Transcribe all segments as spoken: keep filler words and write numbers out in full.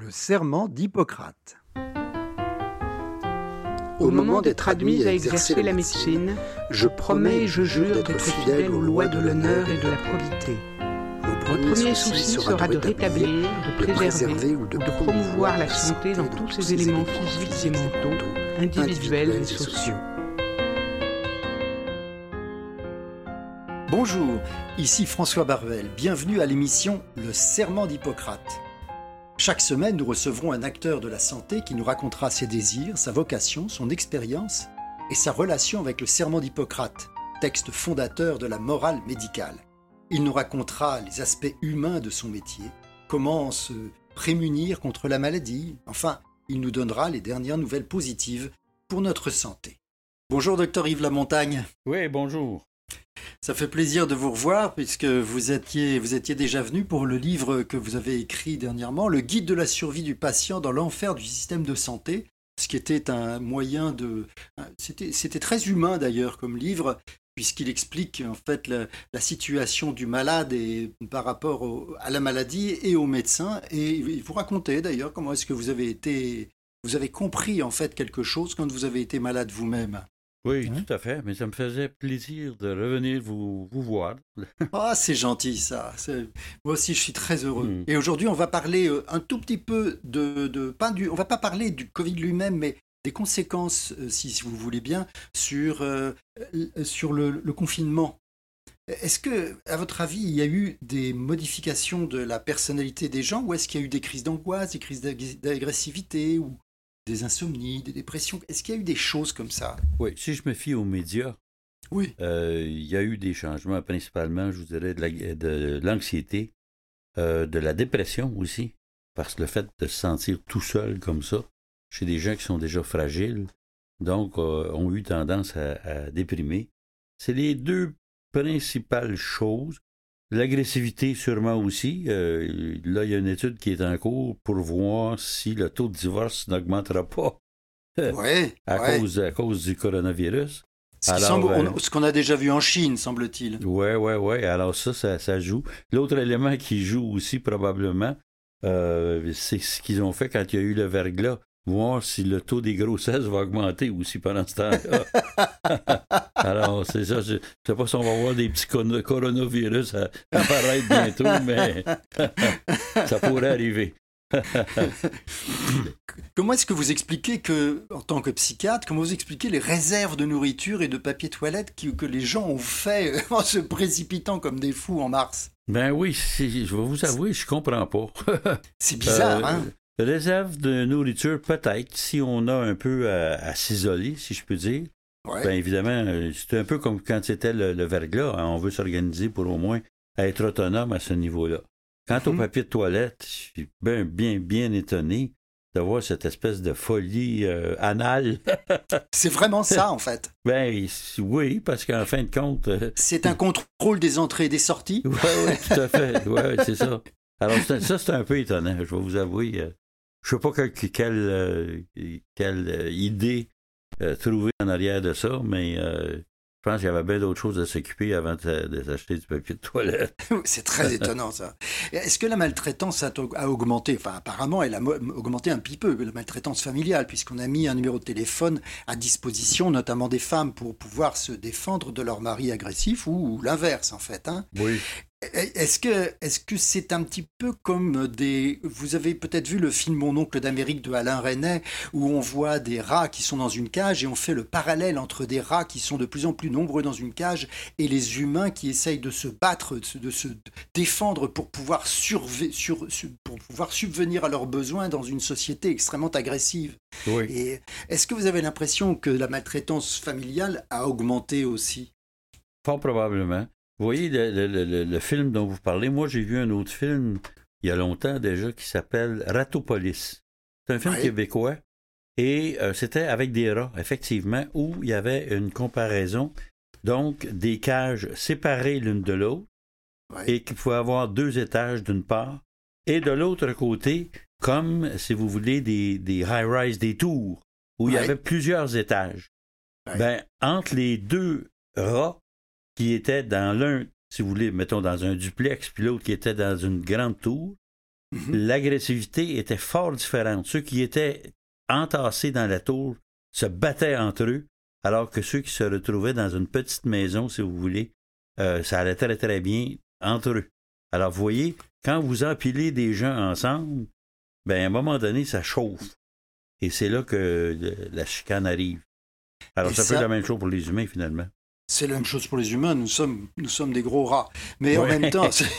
Le serment d'Hippocrate. Au moment d'être admis à exercer la médecine, je promets et je jure d'être fidèle aux lois de l'honneur et de la probité. Mon premier souci sera de rétablir, de préserver ou de promouvoir la santé dans tous ses éléments physiques et mentaux, individuels et sociaux. Bonjour, ici François Barvel. Bienvenue à l'émission Le serment d'Hippocrate. Chaque semaine, nous recevrons un acteur de la santé qui nous racontera ses désirs, sa vocation, son expérience et sa relation avec le serment d'Hippocrate, texte fondateur de la morale médicale. Il nous racontera les aspects humains de son métier, comment se prémunir contre la maladie, enfin, il nous donnera les dernières nouvelles positives pour notre santé. Bonjour docteur Yves Lamontagne. Oui, bonjour. Ça fait plaisir de vous revoir puisque vous étiez, vous étiez déjà venu pour le livre que vous avez écrit dernièrement, Le guide de la survie du patient dans l'enfer du système de santé, ce qui était un moyen de... C'était, c'était très humain d'ailleurs comme livre, puisqu'il explique en fait la, la situation du malade et, par rapport au, à la maladie et aux médecins. Et vous racontez d'ailleurs comment est-ce que vous avez été... Vous avez compris en fait quelque chose quand vous avez été malade vous-même. Oui, hein? Tout à fait, mais ça me faisait plaisir de revenir vous, vous voir. Ah, c'est gentil ça. C'est... Moi aussi, je suis très heureux. Mm. Et aujourd'hui, on va parler euh, un tout petit peu de... de pas du, on va pas parler du Covid lui-même, mais des conséquences, euh, si, si vous voulez bien, sur, euh, sur le, le confinement. Est-ce que, à votre avis, il y a eu des modifications de la personnalité des gens ou est-ce qu'il y a eu des crises d'angoisse, des crises d'agressivité ou des insomnies, des dépressions? Est-ce qu'il y a eu des choses comme ça? Oui, si je me fie aux médias, oui. euh, il y a eu des changements, principalement, je vous dirais, de, la, de l'anxiété, euh, de la dépression aussi, parce que le fait de se sentir tout seul comme ça, chez des gens qui sont déjà fragiles, donc euh, ont eu tendance à, à déprimer. C'est les deux principales choses. L'agressivité sûrement aussi. Euh, là, il y a une étude qui est en cours pour voir si le taux de divorce n'augmentera pas ouais, à, ouais. Cause, à cause du coronavirus. Ce, alors, semble, euh, on, ce qu'on a déjà vu en Chine, semble-t-il. Oui, oui, oui. Alors ça, ça, ça joue. L'autre élément qui joue aussi probablement, euh, c'est ce qu'ils ont fait quand il y a eu le verglas. Voir si le taux des grossesses va augmenter aussi pendant ce temps-là. Alors, c'est ça. Je ne sais pas si on va voir des petits coronavirus apparaître bientôt, mais ça pourrait arriver. Comment est-ce que vous expliquez que, en tant que psychiatre, comment vous expliquez les réserves de nourriture et de papier toilette que, que les gens ont fait en se précipitant comme des fous en mars? Ben oui, c'est, je vais vous avouer, je comprends pas. C'est bizarre, euh, hein? Réserve de nourriture, peut-être, si on a un peu à, à s'isoler, si je peux dire. Ouais. Bien évidemment, c'est un peu comme quand c'était le, le verglas. Hein, on veut s'organiser pour au moins être autonome à ce niveau-là. Quant mmh. au papier de toilette, je suis bien, bien, bien étonné de voir cette espèce de folie euh, anale. C'est vraiment ça, en fait. Ben oui, parce qu'en fin de compte... Euh, c'est un contrôle des entrées et des sorties. Oui, oui, tout à fait. Oui, c'est ça. Alors, c'est, ça, c'est un peu étonnant, je vais vous avouer. Euh, je ne sais pas quelle, quelle, euh, quelle idée euh, trouver en arrière de ça, mais euh, je pense qu'il y avait bien d'autres choses à s'occuper avant de, de s'acheter du papier de toilette. C'est très étonnant, ça. Est-ce que la maltraitance a, a augmenté? Enfin, apparemment, elle a mo- augmenté un petit peu, la maltraitance familiale, puisqu'on a mis un numéro de téléphone à disposition, notamment des femmes, pour pouvoir se défendre de leur mari agressif, ou, ou l'inverse, en fait. Hein. Oui. Est-ce que, est-ce que c'est un petit peu comme des... Vous avez peut-être vu le film Mon oncle d'Amérique de Alain Resnais, où on voit des rats qui sont dans une cage et on fait le parallèle entre des rats qui sont de plus en plus nombreux dans une cage et les humains qui essayent de se battre, de se défendre pour pouvoir, surve... sur... pour pouvoir subvenir à leurs besoins dans une société extrêmement agressive. Oui. Et est-ce que vous avez l'impression que la maltraitance familiale a augmenté aussi? Fort probablement. Vous voyez le, le, le, le film dont vous parlez, moi j'ai vu un autre film il y a longtemps déjà qui s'appelle Ratopolis. C'est un film ouais. québécois et euh, c'était avec des rats, effectivement, où il y avait une comparaison, donc des cages séparées l'une de l'autre ouais. et qui pouvaient avoir deux étages d'une part et de l'autre côté, comme, si vous voulez, des, des high-rise, des tours, où ouais. il y avait plusieurs étages. Ouais. Ben, entre les deux rats, qui était dans l'un, si vous voulez, mettons dans un duplex, puis l'autre qui était dans une grande tour, mm-hmm. l'agressivité était fort différente. Ceux qui étaient entassés dans la tour se battaient entre eux, alors que ceux qui se retrouvaient dans une petite maison, si vous voulez, euh, ça allait très, très bien entre eux. Alors, vous voyez, quand vous empilez des gens ensemble, ben, à un moment donné, ça chauffe. Et c'est là que la chicane arrive. Alors, ça, ça peut être la même chose pour les humains, finalement. C'est la même chose pour les humains, nous sommes, nous sommes des gros rats. Mais ouais. en même temps, c'est...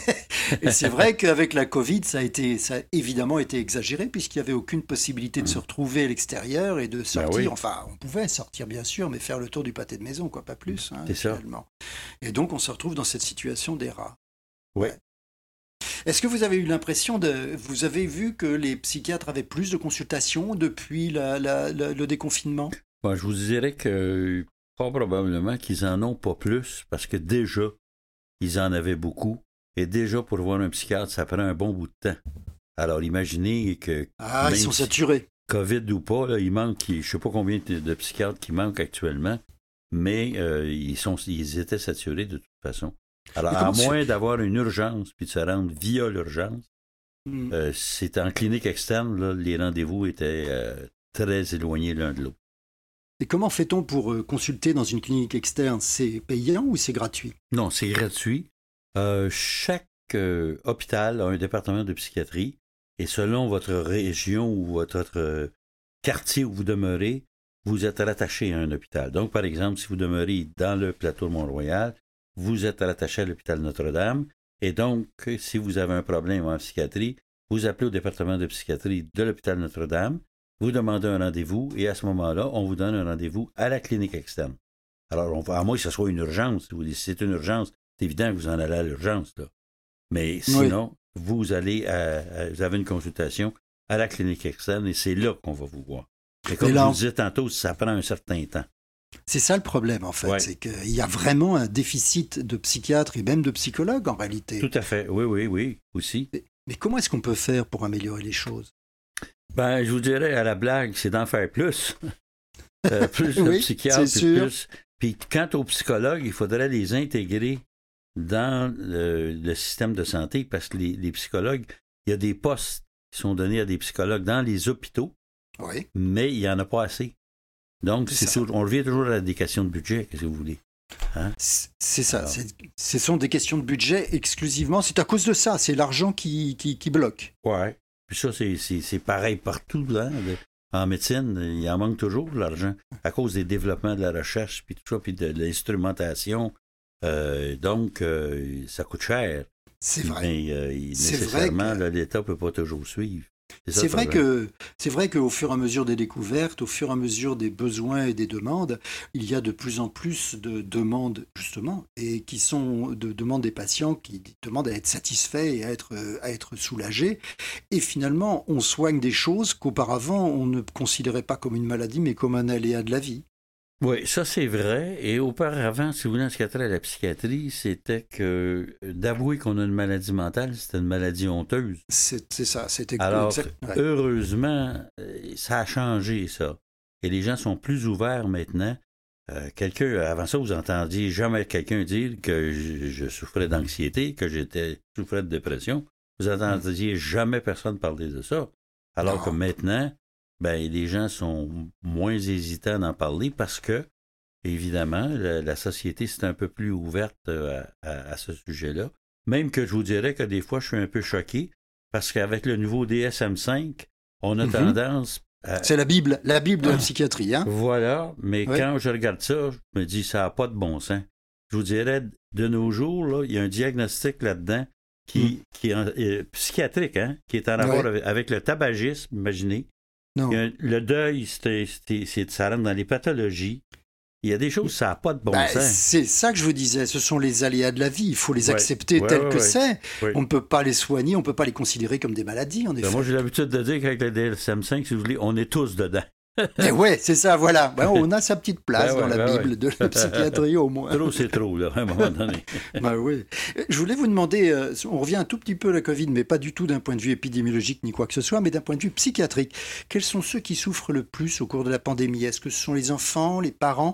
et c'est vrai qu'avec la Covid, ça a, été, ça a évidemment été exagéré, puisqu'il n'y avait aucune possibilité de mmh. se retrouver à l'extérieur et de sortir. Ben oui. Enfin, on pouvait sortir, bien sûr, mais faire le tour du pâté de maison, quoi, pas plus. Hein, c'est ça. Finalement. Et donc, on se retrouve dans cette situation des rats. Oui. Ouais. Est-ce que vous avez eu l'impression de... Vous avez vu que les psychiatres avaient plus de consultations depuis la, la, la, le déconfinement? Bon, je vous dirais que pas probablement qu'ils en ont pas plus, parce que déjà, ils en avaient beaucoup. Et déjà, pour voir un psychiatre, ça prend un bon bout de temps. Alors, imaginez que... Ah, ils sont saturés. COVID ou pas, là, il manque, je ne sais pas combien de psychiatres qui manquent actuellement, mais euh, ils, sont, ils étaient saturés de toute façon. Alors, à moins c'est... d'avoir une urgence puis de se rendre via l'urgence, mm. euh, c'est en clinique externe, là, les rendez-vous étaient euh, très éloignés l'un de l'autre. Et comment fait-on pour euh, consulter dans une clinique externe? C'est payant ou c'est gratuit? Non, c'est gratuit. Euh, chaque euh, hôpital a un département de psychiatrie et selon votre région ou votre, votre quartier où vous demeurez, vous êtes rattaché à un hôpital. Donc, par exemple, si vous demeurez dans le plateau de Mont-Royal, vous êtes rattaché à l'hôpital Notre-Dame et donc, si vous avez un problème en psychiatrie, vous appelez au département de psychiatrie de l'hôpital Notre-Dame, vous demandez un rendez-vous et à ce moment-là, on vous donne un rendez-vous à la clinique externe. Alors, on, à moins que ce soit une urgence, si c'est une urgence, c'est évident que vous en allez à l'urgence, là. Mais sinon, oui. vous allez à, à, vous avez une consultation à la clinique externe et c'est là qu'on va vous voir. Et comme là, je vous disais tantôt, ça prend un certain temps. C'est ça le problème, en fait. Ouais. C'est qu'il y a vraiment un déficit de psychiatres et même de psychologues, en réalité. Tout à fait. Oui, oui, oui, aussi. Mais, mais comment est-ce qu'on peut faire pour améliorer les choses? Ben, je vous dirais, à la blague, c'est d'en faire plus. euh, plus de oui, psychiatres. C'est sûr. Plus. Puis quant aux psychologues, il faudrait les intégrer dans le, le système de santé parce que les, les psychologues, il y a des postes qui sont donnés à des psychologues dans les hôpitaux, oui. mais il n'y en a pas assez. Donc, c'est c'est toujours, on revient toujours à des questions de budget, qu'est-ce que vous voulez. Hein? C'est ça, c'est, ce sont des questions de budget exclusivement. C'est à cause de ça, c'est l'argent qui, qui, qui bloque. Oui, puis ça, c'est, c'est, c'est pareil partout. Hein? En médecine, il en manque toujours de l'argent à cause des développements de la recherche, puis tout ça, puis de l'instrumentation. Euh, donc, euh, ça coûte cher. C'est vrai. Mais euh, nécessairement, vrai que... là, l'État ne peut pas toujours suivre. C'est, ça, c'est, vrai que, c'est vrai qu'au fur et à mesure des découvertes, au fur et à mesure des besoins et des demandes, il y a de plus en plus de demandes, justement, et qui sont de demandes des patients qui demandent à être satisfaits et à être, à être soulagés. Et finalement, on soigne des choses qu'auparavant, on ne considérait pas comme une maladie, mais comme un aléa de la vie. Oui, ça c'est vrai. Et auparavant, si vous voulez, en ce qui a trait à la psychiatrie, c'était que d'avouer qu'on a une maladie mentale, c'était une maladie honteuse. C'est, c'est ça, c'était Alors, exact, ouais. Heureusement, ça a changé, ça. Et les gens sont plus ouverts maintenant. Euh, quelqu'un, avant ça, vous entendiez jamais quelqu'un dire que je, je souffrais d'anxiété, que j'étais souffrais de dépression. Vous entendiez mmh. jamais personne parler de ça. Alors non. que maintenant, ben, les gens sont moins hésitants d'en parler parce que, évidemment, la, la société s'est un peu plus ouverte à, à, à ce sujet-là. Même que je vous dirais que des fois, je suis un peu choqué parce qu'avec le nouveau D S M cinq, on a mm-hmm. tendance à... C'est la Bible, la Bible de la psychiatrie, hein? Voilà, mais oui. quand je regarde ça, je me dis, ça n'a pas de bon sens. Je vous dirais, de nos jours, là, il y a un diagnostic là-dedans qui, mm. qui est euh, psychiatrique, hein, qui est en rapport oui. avec, avec le tabagisme, imaginez. Non. A, le deuil, c'est, c'est, c'est, ça rentre dans les pathologies. Il y a des choses, ça n'a pas de bon ben, sens. C'est ça que je vous disais, ce sont les aléas de la vie. Il faut les ouais. accepter ouais, tels ouais, que ouais. c'est. Ouais. On ne peut pas les soigner, on ne peut pas les considérer comme des maladies, en effet. Ben, moi, j'ai l'habitude de dire qu'avec le D S M cinq, si vous voulez, on est tous dedans. Mais ouais, c'est ça, voilà. Ben, on a sa petite place ben ouais, dans la ben Bible ouais. de la psychiatrie, au moins. Trop, c'est trop, là, à un moment donné. Ben oui. Je voulais vous demander, euh, on revient un tout petit peu à la Covid, mais pas du tout d'un point de vue épidémiologique ni quoi que ce soit, mais d'un point de vue psychiatrique. Quels sont ceux qui souffrent le plus au cours de la pandémie? Est-ce que ce sont les enfants, les parents,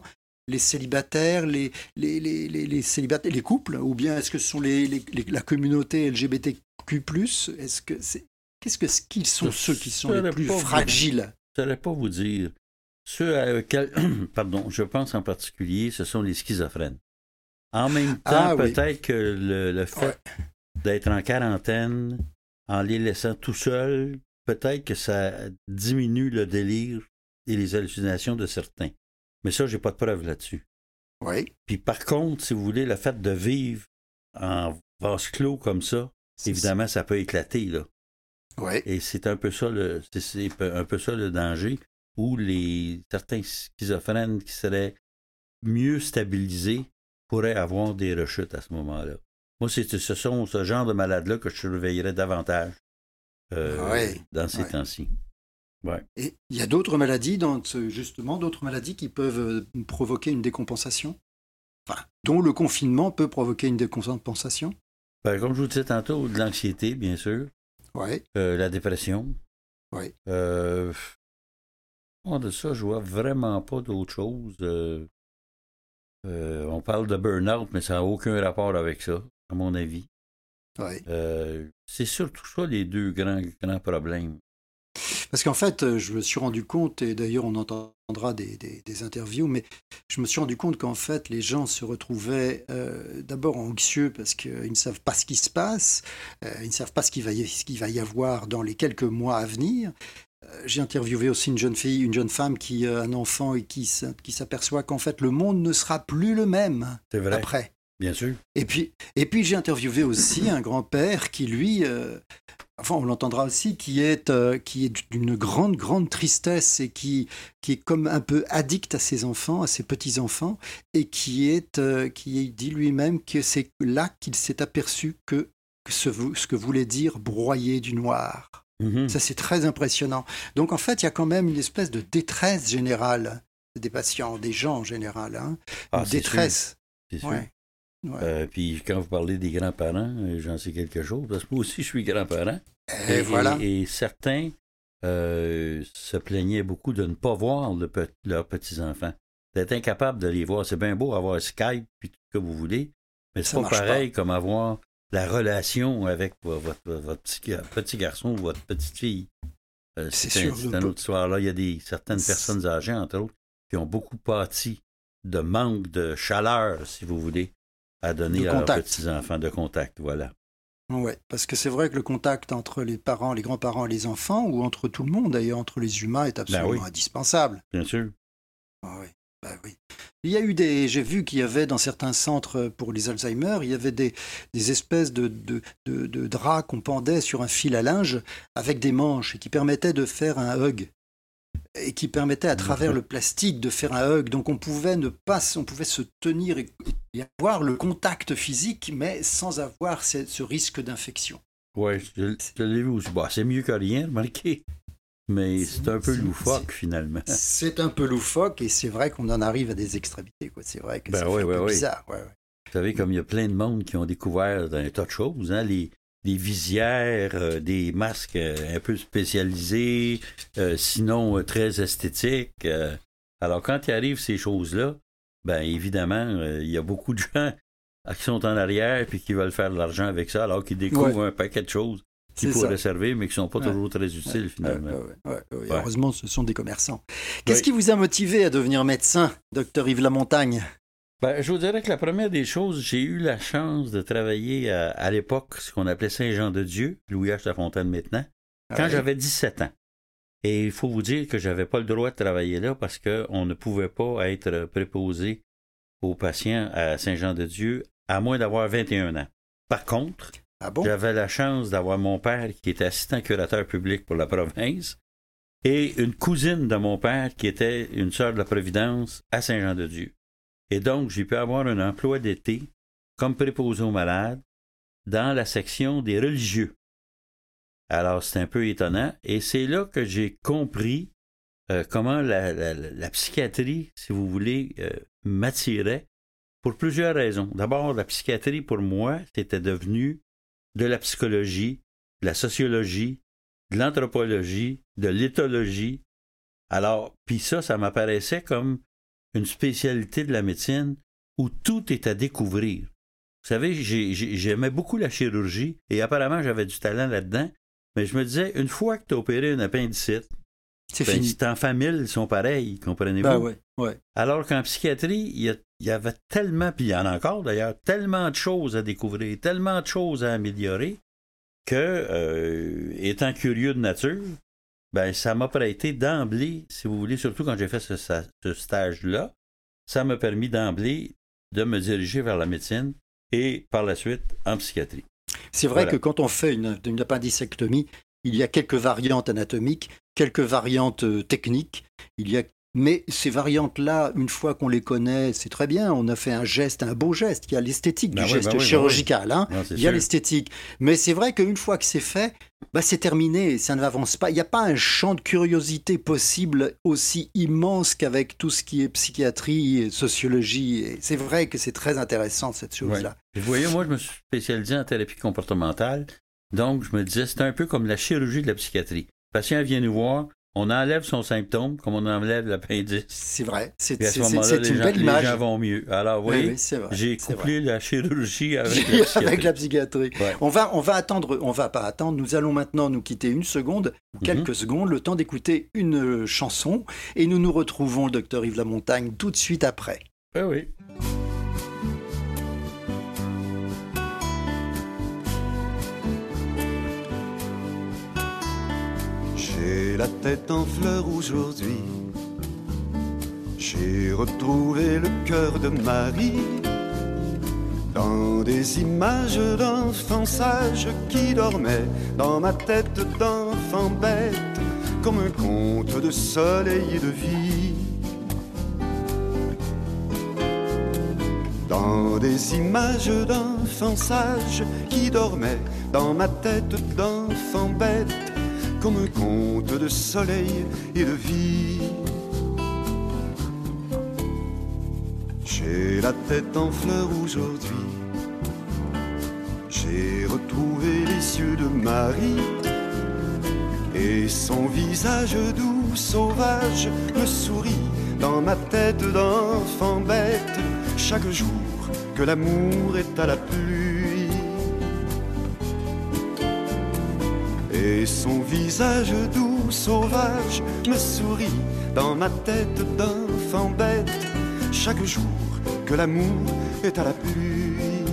les célibataires, les, les, les, les, les célibataires, les couples, ou bien est-ce que ce sont les, les, les, la communauté L G B T Q plus ? Est-ce que c'est, qu'est-ce que ce qu'ils sont ceux qui sont les plus fragiles ? Je ne saurais pas vous dire. Ceux à lesquels, pardon, je pense en particulier, ce sont les schizophrènes. En même temps, ah, peut-être oui. que le, le fait ouais. d'être en quarantaine, en les laissant tout seuls, peut-être que ça diminue le délire et les hallucinations de certains. Mais ça, j'ai pas de preuve là-dessus. Oui. Puis par contre, si vous voulez, le fait de vivre en vase clos comme ça, c'est évidemment, ça. ça peut éclater, là. Oui. Et c'est un peu ça le, c'est, c'est un peu ça le danger, où les certains schizophrènes qui seraient mieux stabilisés pourraient avoir des rechutes à ce moment-là. Moi, c'est, ce sont ce genre de malades-là que je surveillerais davantage euh, oui. dans ces oui. temps-ci. Ouais. Et il y a d'autres maladies, dans ce, justement, d'autres maladies qui peuvent provoquer une décompensation, enfin, dont le confinement peut provoquer une décompensation. Ben, comme je vous disais tantôt, de l'anxiété, bien sûr. Ouais. Euh, la dépression. Oui. Euh, bon, de ça, je vois vraiment pas d'autre chose. Euh, euh, on parle de burn-out, mais ça n'a aucun rapport avec ça, à mon avis. Oui. Euh, c'est surtout ça les deux grands, grands problèmes. Parce qu'en fait, je me suis rendu compte, et d'ailleurs on entendra des, des, des interviews, mais je me suis rendu compte qu'en fait les gens se retrouvaient euh, d'abord anxieux parce qu'ils ne savent pas ce qui se passe, euh, ils ne savent pas ce qu'il va y, ce qu'il va y avoir dans les quelques mois à venir. Euh, j'ai interviewé aussi une jeune fille, une jeune femme qui a un enfant et qui, qui s'aperçoit qu'en fait le monde ne sera plus le même C'est vrai. après. Bien sûr. Et puis, et puis j'ai interviewé aussi un grand-père qui, lui, euh, enfin on l'entendra aussi, qui est, euh, qui est d'une grande, grande tristesse et qui, qui est comme un peu addict à ses enfants, à ses petits-enfants, et qui, est, euh, qui dit lui-même que c'est là qu'il s'est aperçu que, que ce, ce que voulait dire broyer du noir. Mm-hmm. Ça, c'est très impressionnant. Donc, en fait, il y a quand même une espèce de détresse générale des patients, des gens en général. Hein. Ah, une c'est détresse. Sûr. C'est sûr. Ouais. Ouais. Euh, puis quand vous parlez des grands-parents, j'en sais quelque chose, parce que moi aussi je suis grand-parent. Et, et, voilà. et, et certains euh, se plaignaient beaucoup de ne pas voir le pe- leurs petits-enfants, d'être incapables de les voir. C'est bien beau avoir Skype puis tout ce que vous voulez, mais c'est Ça pas pareil pas. Comme avoir la relation avec votre, votre, votre petit, petit garçon ou votre petite fille. Euh, c'est c'est, sûr, un, c'est une autre histoire. Là, il y a des, certaines c'est... personnes âgées, entre autres, qui ont beaucoup pâti de manque de chaleur, si vous voulez, à donner à leurs petits-enfants de contact, voilà. Oui, parce que c'est vrai que le contact entre les parents, les grands-parents et les enfants, ou entre tout le monde d'ailleurs, entre les humains, est absolument ben oui. indispensable. Bien sûr. Ah oui, ben oui. Il y a eu des, j'ai vu qu'il y avait dans certains centres pour les Alzheimer, il y avait des, des espèces de, de, de, de draps qu'on pendait sur un fil à linge avec des manches et qui permettaient de faire un hug. Et qui permettait à travers le plastique de faire un hug. Donc on pouvait ne pas, on pouvait se tenir et, et avoir le contact physique, mais sans avoir ce, ce risque d'infection. Oui, je, je l'ai vu aussi. Bon, c'est mieux que rien, remarquez. Mais c'est, c'est un peu c'est, loufoque, c'est, finalement. C'est un peu loufoque, et c'est vrai qu'on en arrive à des extrémités. Quoi. C'est vrai que ben c'est oui, un oui, peu oui. bizarre. Ouais, ouais. Vous savez, comme il y a plein de monde qui ont découvert un tas de choses, hein, les... des visières, euh, des masques euh, un peu spécialisés, euh, sinon euh, très esthétiques. Euh. Alors, quand il arrive ces choses-là, ben évidemment, euh, il y a beaucoup de gens qui sont en arrière et qui veulent faire de l'argent avec ça, alors qu'ils découvrent ouais. un paquet de choses qui C'est pourraient ça. servir, mais qui ne sont pas ouais. toujours très utiles, ouais. finalement. Ouais, ouais, ouais, ouais. Ouais. Heureusement, ce sont des commerçants. Qu'est-ce ouais. qui vous a motivé à devenir médecin, docteur Yves Lamontagne? Ben, je vous dirais que la première des choses, j'ai eu la chance de travailler à, à l'époque, ce qu'on appelait Saint-Jean-de-Dieu, Louis H. Lafontaine maintenant, quand ouais. j'avais dix-sept ans. Et il faut vous dire que je n'avais pas le droit de travailler là parce qu'on ne pouvait pas être préposé aux patients à Saint-Jean-de-Dieu à moins d'avoir vingt et un ans. Par contre, ah bon? j'avais la chance d'avoir mon père qui était assistant curateur public pour la province et une cousine de mon père qui était une sœur de la Providence à Saint-Jean-de-Dieu. Et donc, j'ai pu avoir un emploi d'été comme préposé aux malades dans la section des religieux. Alors, c'est un peu étonnant. Et c'est là que j'ai compris euh, comment la, la, la psychiatrie, si vous voulez, euh, m'attirait pour plusieurs raisons. D'abord, la psychiatrie, pour moi, c'était devenu de la psychologie, de la sociologie, de l'anthropologie, de l'éthologie. Alors, puis ça, ça m'apparaissait comme une spécialité de la médecine où tout est à découvrir. Vous savez, j'ai, j'ai, j'aimais beaucoup la chirurgie et apparemment, j'avais du talent là-dedans, mais je me disais, une fois que tu as opéré une appendicite, c'est ben, fini. Si en famille, ils sont pareils, comprenez-vous? Ben ouais, ouais. Alors qu'en psychiatrie, il y, a, il y avait tellement, puis il y en a encore d'ailleurs, tellement de choses à découvrir, tellement de choses à améliorer, que, euh, étant curieux de nature, ben ça m'a prêté d'emblée, si vous voulez, surtout quand j'ai fait ce, ce stage-là, ça m'a permis d'emblée de me diriger vers la médecine et par la suite en psychiatrie. C'est vrai voilà. que quand on fait une, une appendicectomie, il y a quelques variantes anatomiques, quelques variantes euh, techniques, il y a... mais ces variantes-là, une fois qu'on les connaît, c'est très bien, on a fait un geste, un beau geste, il y a l'esthétique ben du oui, geste ben oui, chirurgical, ben oui. hein, non, il y sûr. a l'esthétique. Mais c'est vrai qu'une fois que c'est fait, bah, c'est terminé, ça ne avance pas. Il n'y a pas un champ de curiosité possible aussi immense qu'avec tout ce qui est psychiatrie, sociologie. Et c'est vrai que c'est très intéressant, cette chose-là. Ouais. Vous voyez, moi, je me suis spécialisé en thérapie comportementale. Donc, je me disais, c'est un peu comme la chirurgie de la psychiatrie. Le patient vient nous voir, on enlève son symptôme comme on enlève l'appendice. C'est vrai, c'est, Puis à ce c'est, moment-là, c'est les une gens, belle image. Les gens vont mieux. Alors, vous voyez, oui, oui, c'est vrai, j'ai c'est couplé vrai. la chirurgie avec la psychiatrie. avec la psychiatrie. Ouais. On va, on va attendre, on va pas attendre, nous allons maintenant nous quitter une seconde, ou quelques mm-hmm. secondes, le temps d'écouter une chanson, et nous nous retrouvons, le docteur Yves Lamontagne, tout de suite après. Oui, oui. J'ai la tête en fleurs aujourd'hui, j'ai retrouvé le cœur de Marie, dans des images d'enfants sages qui dormaient dans ma tête d'enfant bête, comme un conte de soleil et de vie. Dans des images d'enfants sages qui dormaient dans ma tête d'enfant bête, comme un conte de soleil et de vie. J'ai la tête en fleurs aujourd'hui, j'ai retrouvé les yeux de Marie, et son visage doux, sauvage, me sourit dans ma tête d'enfant bête, chaque jour que l'amour est à la pluie. Et son visage doux, sauvage, me sourit dans ma tête d'enfant bête, chaque jour que l'amour est à la pluie.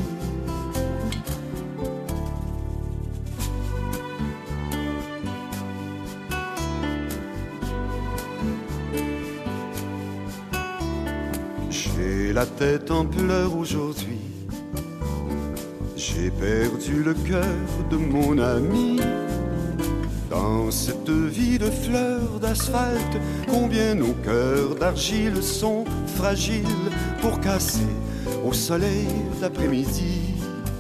J'ai la tête en pleurs aujourd'hui, j'ai perdu le cœur de mon ami. Dans cette vie de fleurs d'asphalte, combien nos cœurs d'argile sont fragiles pour casser au soleil d'après-midi.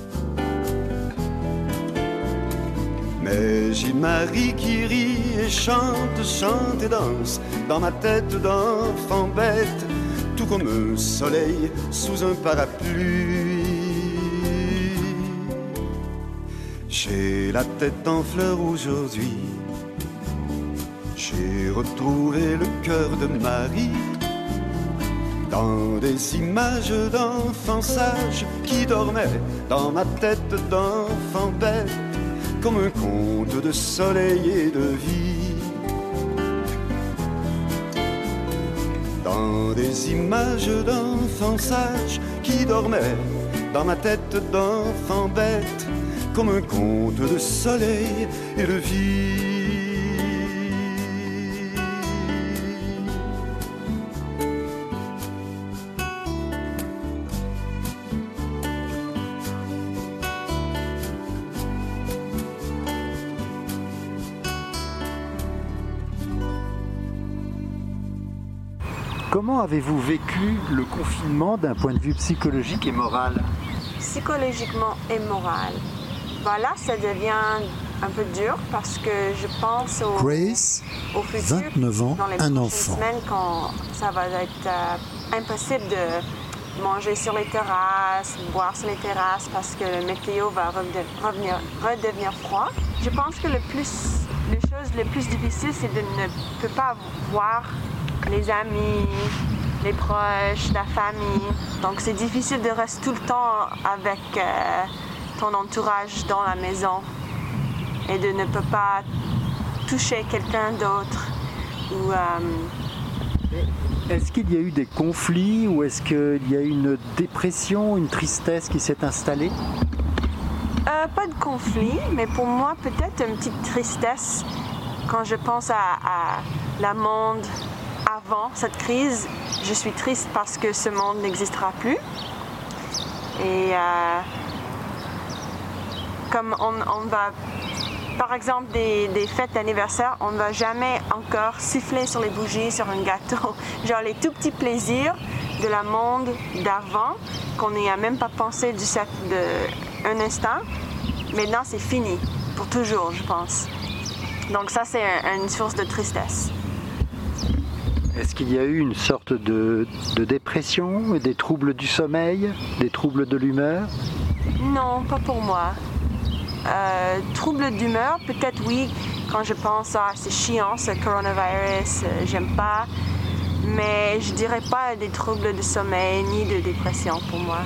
Mais j'ai Marie qui rit et chante, chante et danse dans ma tête d'enfant bête, tout comme un soleil sous un parapluie. J'ai la tête en fleurs aujourd'hui, j'ai retrouvé le cœur de Marie, dans des images d'enfants sages qui dormaient dans ma tête d'enfant bête, comme un conte de soleil et de vie. Dans des images d'enfants sages qui dormaient dans ma tête d'enfant bête, comme un conte de soleil et de vie. Comment avez-vous vécu le confinement d'un point de vue psychologique et moral ? Psychologiquement et moral. Voilà, ça devient un peu dur parce que je pense au, Grace, au futur, vingt-neuf ans, dans les un prochaines enfant. semaines, quand ça va être euh, impossible de manger sur les terrasses, boire sur les terrasses parce que le météo va revenir, redevenir froid. Je pense que le plus, les choses les plus difficiles, c'est de ne peut pas voir les amis, les proches, la famille. Donc c'est difficile de rester tout le temps avec euh, ton entourage dans la maison et de ne pas toucher quelqu'un d'autre. Ou, euh... Est-ce qu'il y a eu des conflits ou est-ce qu'il y a eu une dépression, une tristesse qui s'est installée? euh, Pas de conflit, mais pour moi peut-être une petite tristesse quand je pense à, à la monde avant cette crise. Je suis triste parce que ce monde n'existera plus. Et euh, comme on, on va... Par exemple, des, des fêtes d'anniversaire, on ne va jamais encore siffler sur les bougies, sur un gâteau. Genre les tout petits plaisirs de la monde d'avant, qu'on n'y a même pas pensé du set de un instant. Maintenant, c'est fini, pour toujours, je pense. Donc ça, c'est un, une source de tristesse. Est-ce qu'il y a eu une sorte de, de dépression, des troubles du sommeil, des troubles de l'humeur? Non, pas pour moi. Euh, troubles d'humeur, peut-être oui, quand je pense à ah, c'est chiant ce coronavirus, euh, j'aime pas, mais je dirais pas des troubles de sommeil ni de dépression pour moi.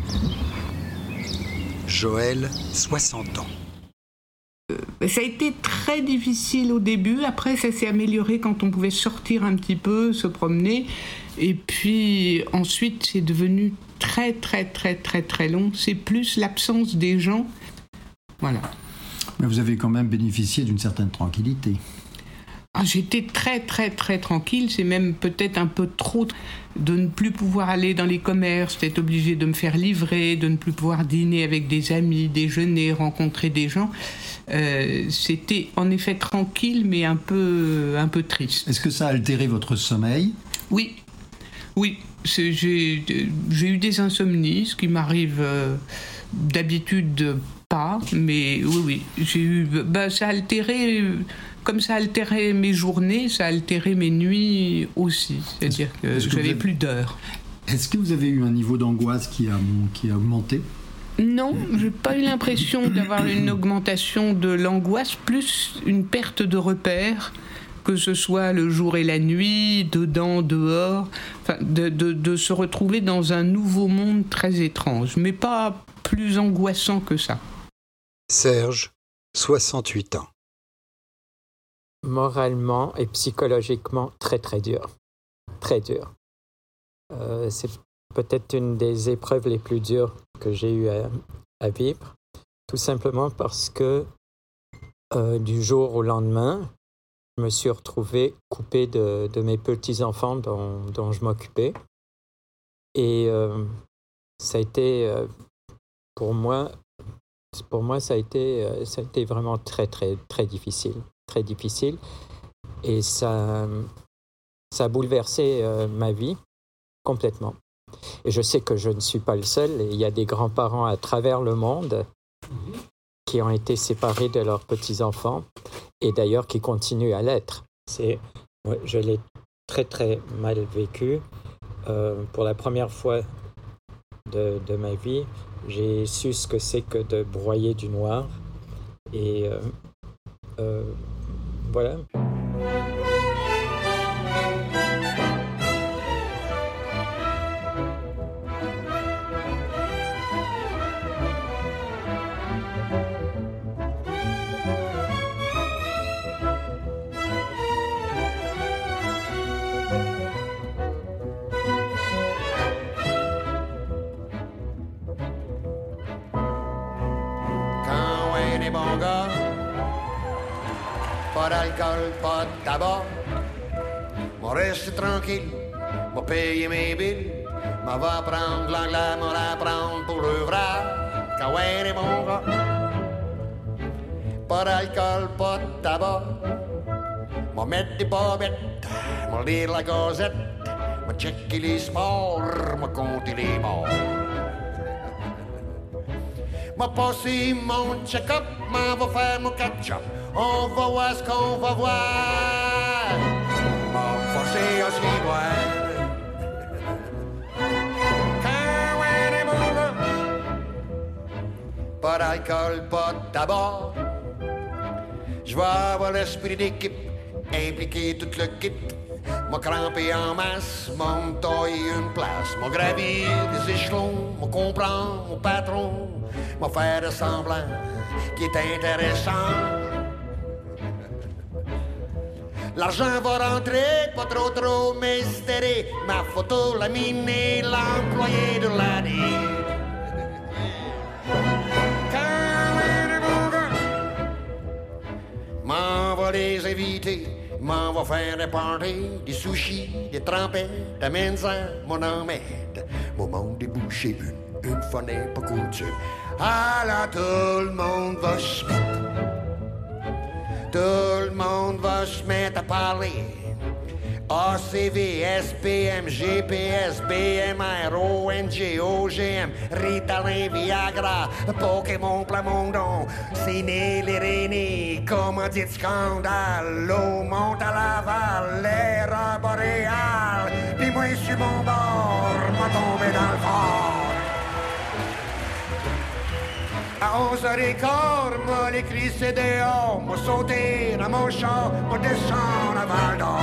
Joël, soixante ans. Euh, ça a été très difficile au début, après ça s'est amélioré quand on pouvait sortir un petit peu, se promener, et puis ensuite c'est devenu très très très très très long, c'est plus l'absence des gens. Voilà. Mais vous avez quand même bénéficié d'une certaine tranquillité. Ah, j'étais très très très tranquille, c'est même peut-être un peu trop de ne plus pouvoir aller dans les commerces, d'être obligé de me faire livrer, de ne plus pouvoir dîner avec des amis, déjeuner, rencontrer des gens. Euh, c'était en effet tranquille mais un peu, un peu triste. Est-ce que ça a altéré votre sommeil? Oui, oui. C'est, j'ai, j'ai eu des insomnies, ce qui m'arrive euh, d'habitude pas, mais oui, oui, j'ai eu, bah, ça a altéré, comme ça a altéré mes journées, ça a altéré mes nuits aussi, c'est-à-dire que, que j'avais avez, plus d'heures. Est-ce que vous avez eu un niveau d'angoisse qui a, qui a augmenté? Non, je n'ai pas eu l'impression d'avoir une augmentation de l'angoisse, plus une perte de repères, que ce soit le jour et la nuit, dedans, dehors, enfin, de, de, de se retrouver dans un nouveau monde très étrange, mais pas plus angoissant que ça. Serge, soixante-huit ans. Moralement et psychologiquement très très dur, très dur. Euh, c'est peut-être une des épreuves les plus dures que j'ai eu à, à vivre, tout simplement parce que euh, du jour au lendemain, je me suis retrouvé coupé de, de mes petits-enfants dont, dont je m'occupais. Et euh, ça a été, euh, pour moi, pour moi ça, a été, euh, ça a été vraiment très, très, très difficile. Très difficile. Et ça, ça a bouleversé euh, ma vie complètement. Et je sais que je ne suis pas le seul. Et il y a des grands-parents à travers le monde qui ont été séparés de leurs petits-enfants et d'ailleurs qui continuent à l'être. C'est, ouais, je l'ai très très mal vécu. Euh, pour la première fois de, de ma vie, j'ai su ce que c'est que de broyer du noir. Et euh, euh, voilà. Bon gars, pas d'alcool, pas de tabac. M'en rester tranquille, m'en payer mes billes. M'en va prendre l'anglais, m'en apprendre pour le vrai. Quand ouais, les bons gars, pas d'alcool, pas de tabac. M'en mettre des bobettes, m'en lire la gazette. M'en checker les sports, m'en compter les morts. M'a passé mon check-up, m'en va faire mon catch-up. On va voir ce qu'on va voir. M'a forcé à s'y boire. Quand on est bon gars, pas d'alcool, pas de tabac. Je vais avoir l'esprit d'équipe, impliquer tout le kit. m'a crampé en masse, m'a taillé une place, m'a gravi des échelons, m'a comprendre mon patron, m'a faire semblant qui est intéressant. L'argent va rentrer, pas trop trop m'estérer, ma photo laminée, l'employé de l'année. M'en va les inviter, m'en va faire des parties, des sushis, des trempettes, amène-en mon emmède. Moment de boucher une, une fois n'est pas coutume. Ah là, tout le monde va se mettre, tout le monde va se mettre à parler. A C V, S P M, G P S, B M R, O N G, O G M, Ritalin, Viagra, Pokémon, Plamondon, Ciné, les Rénés, comment dit scandale, l'eau monte à Laval, l'air boréale, pis moi sur mon bord, m'a tombé dans le fort. À onze heures quinze, m'a l'écrit c'est dehors, m'a sauté dans mon char, m'a descendu à Val d'Or.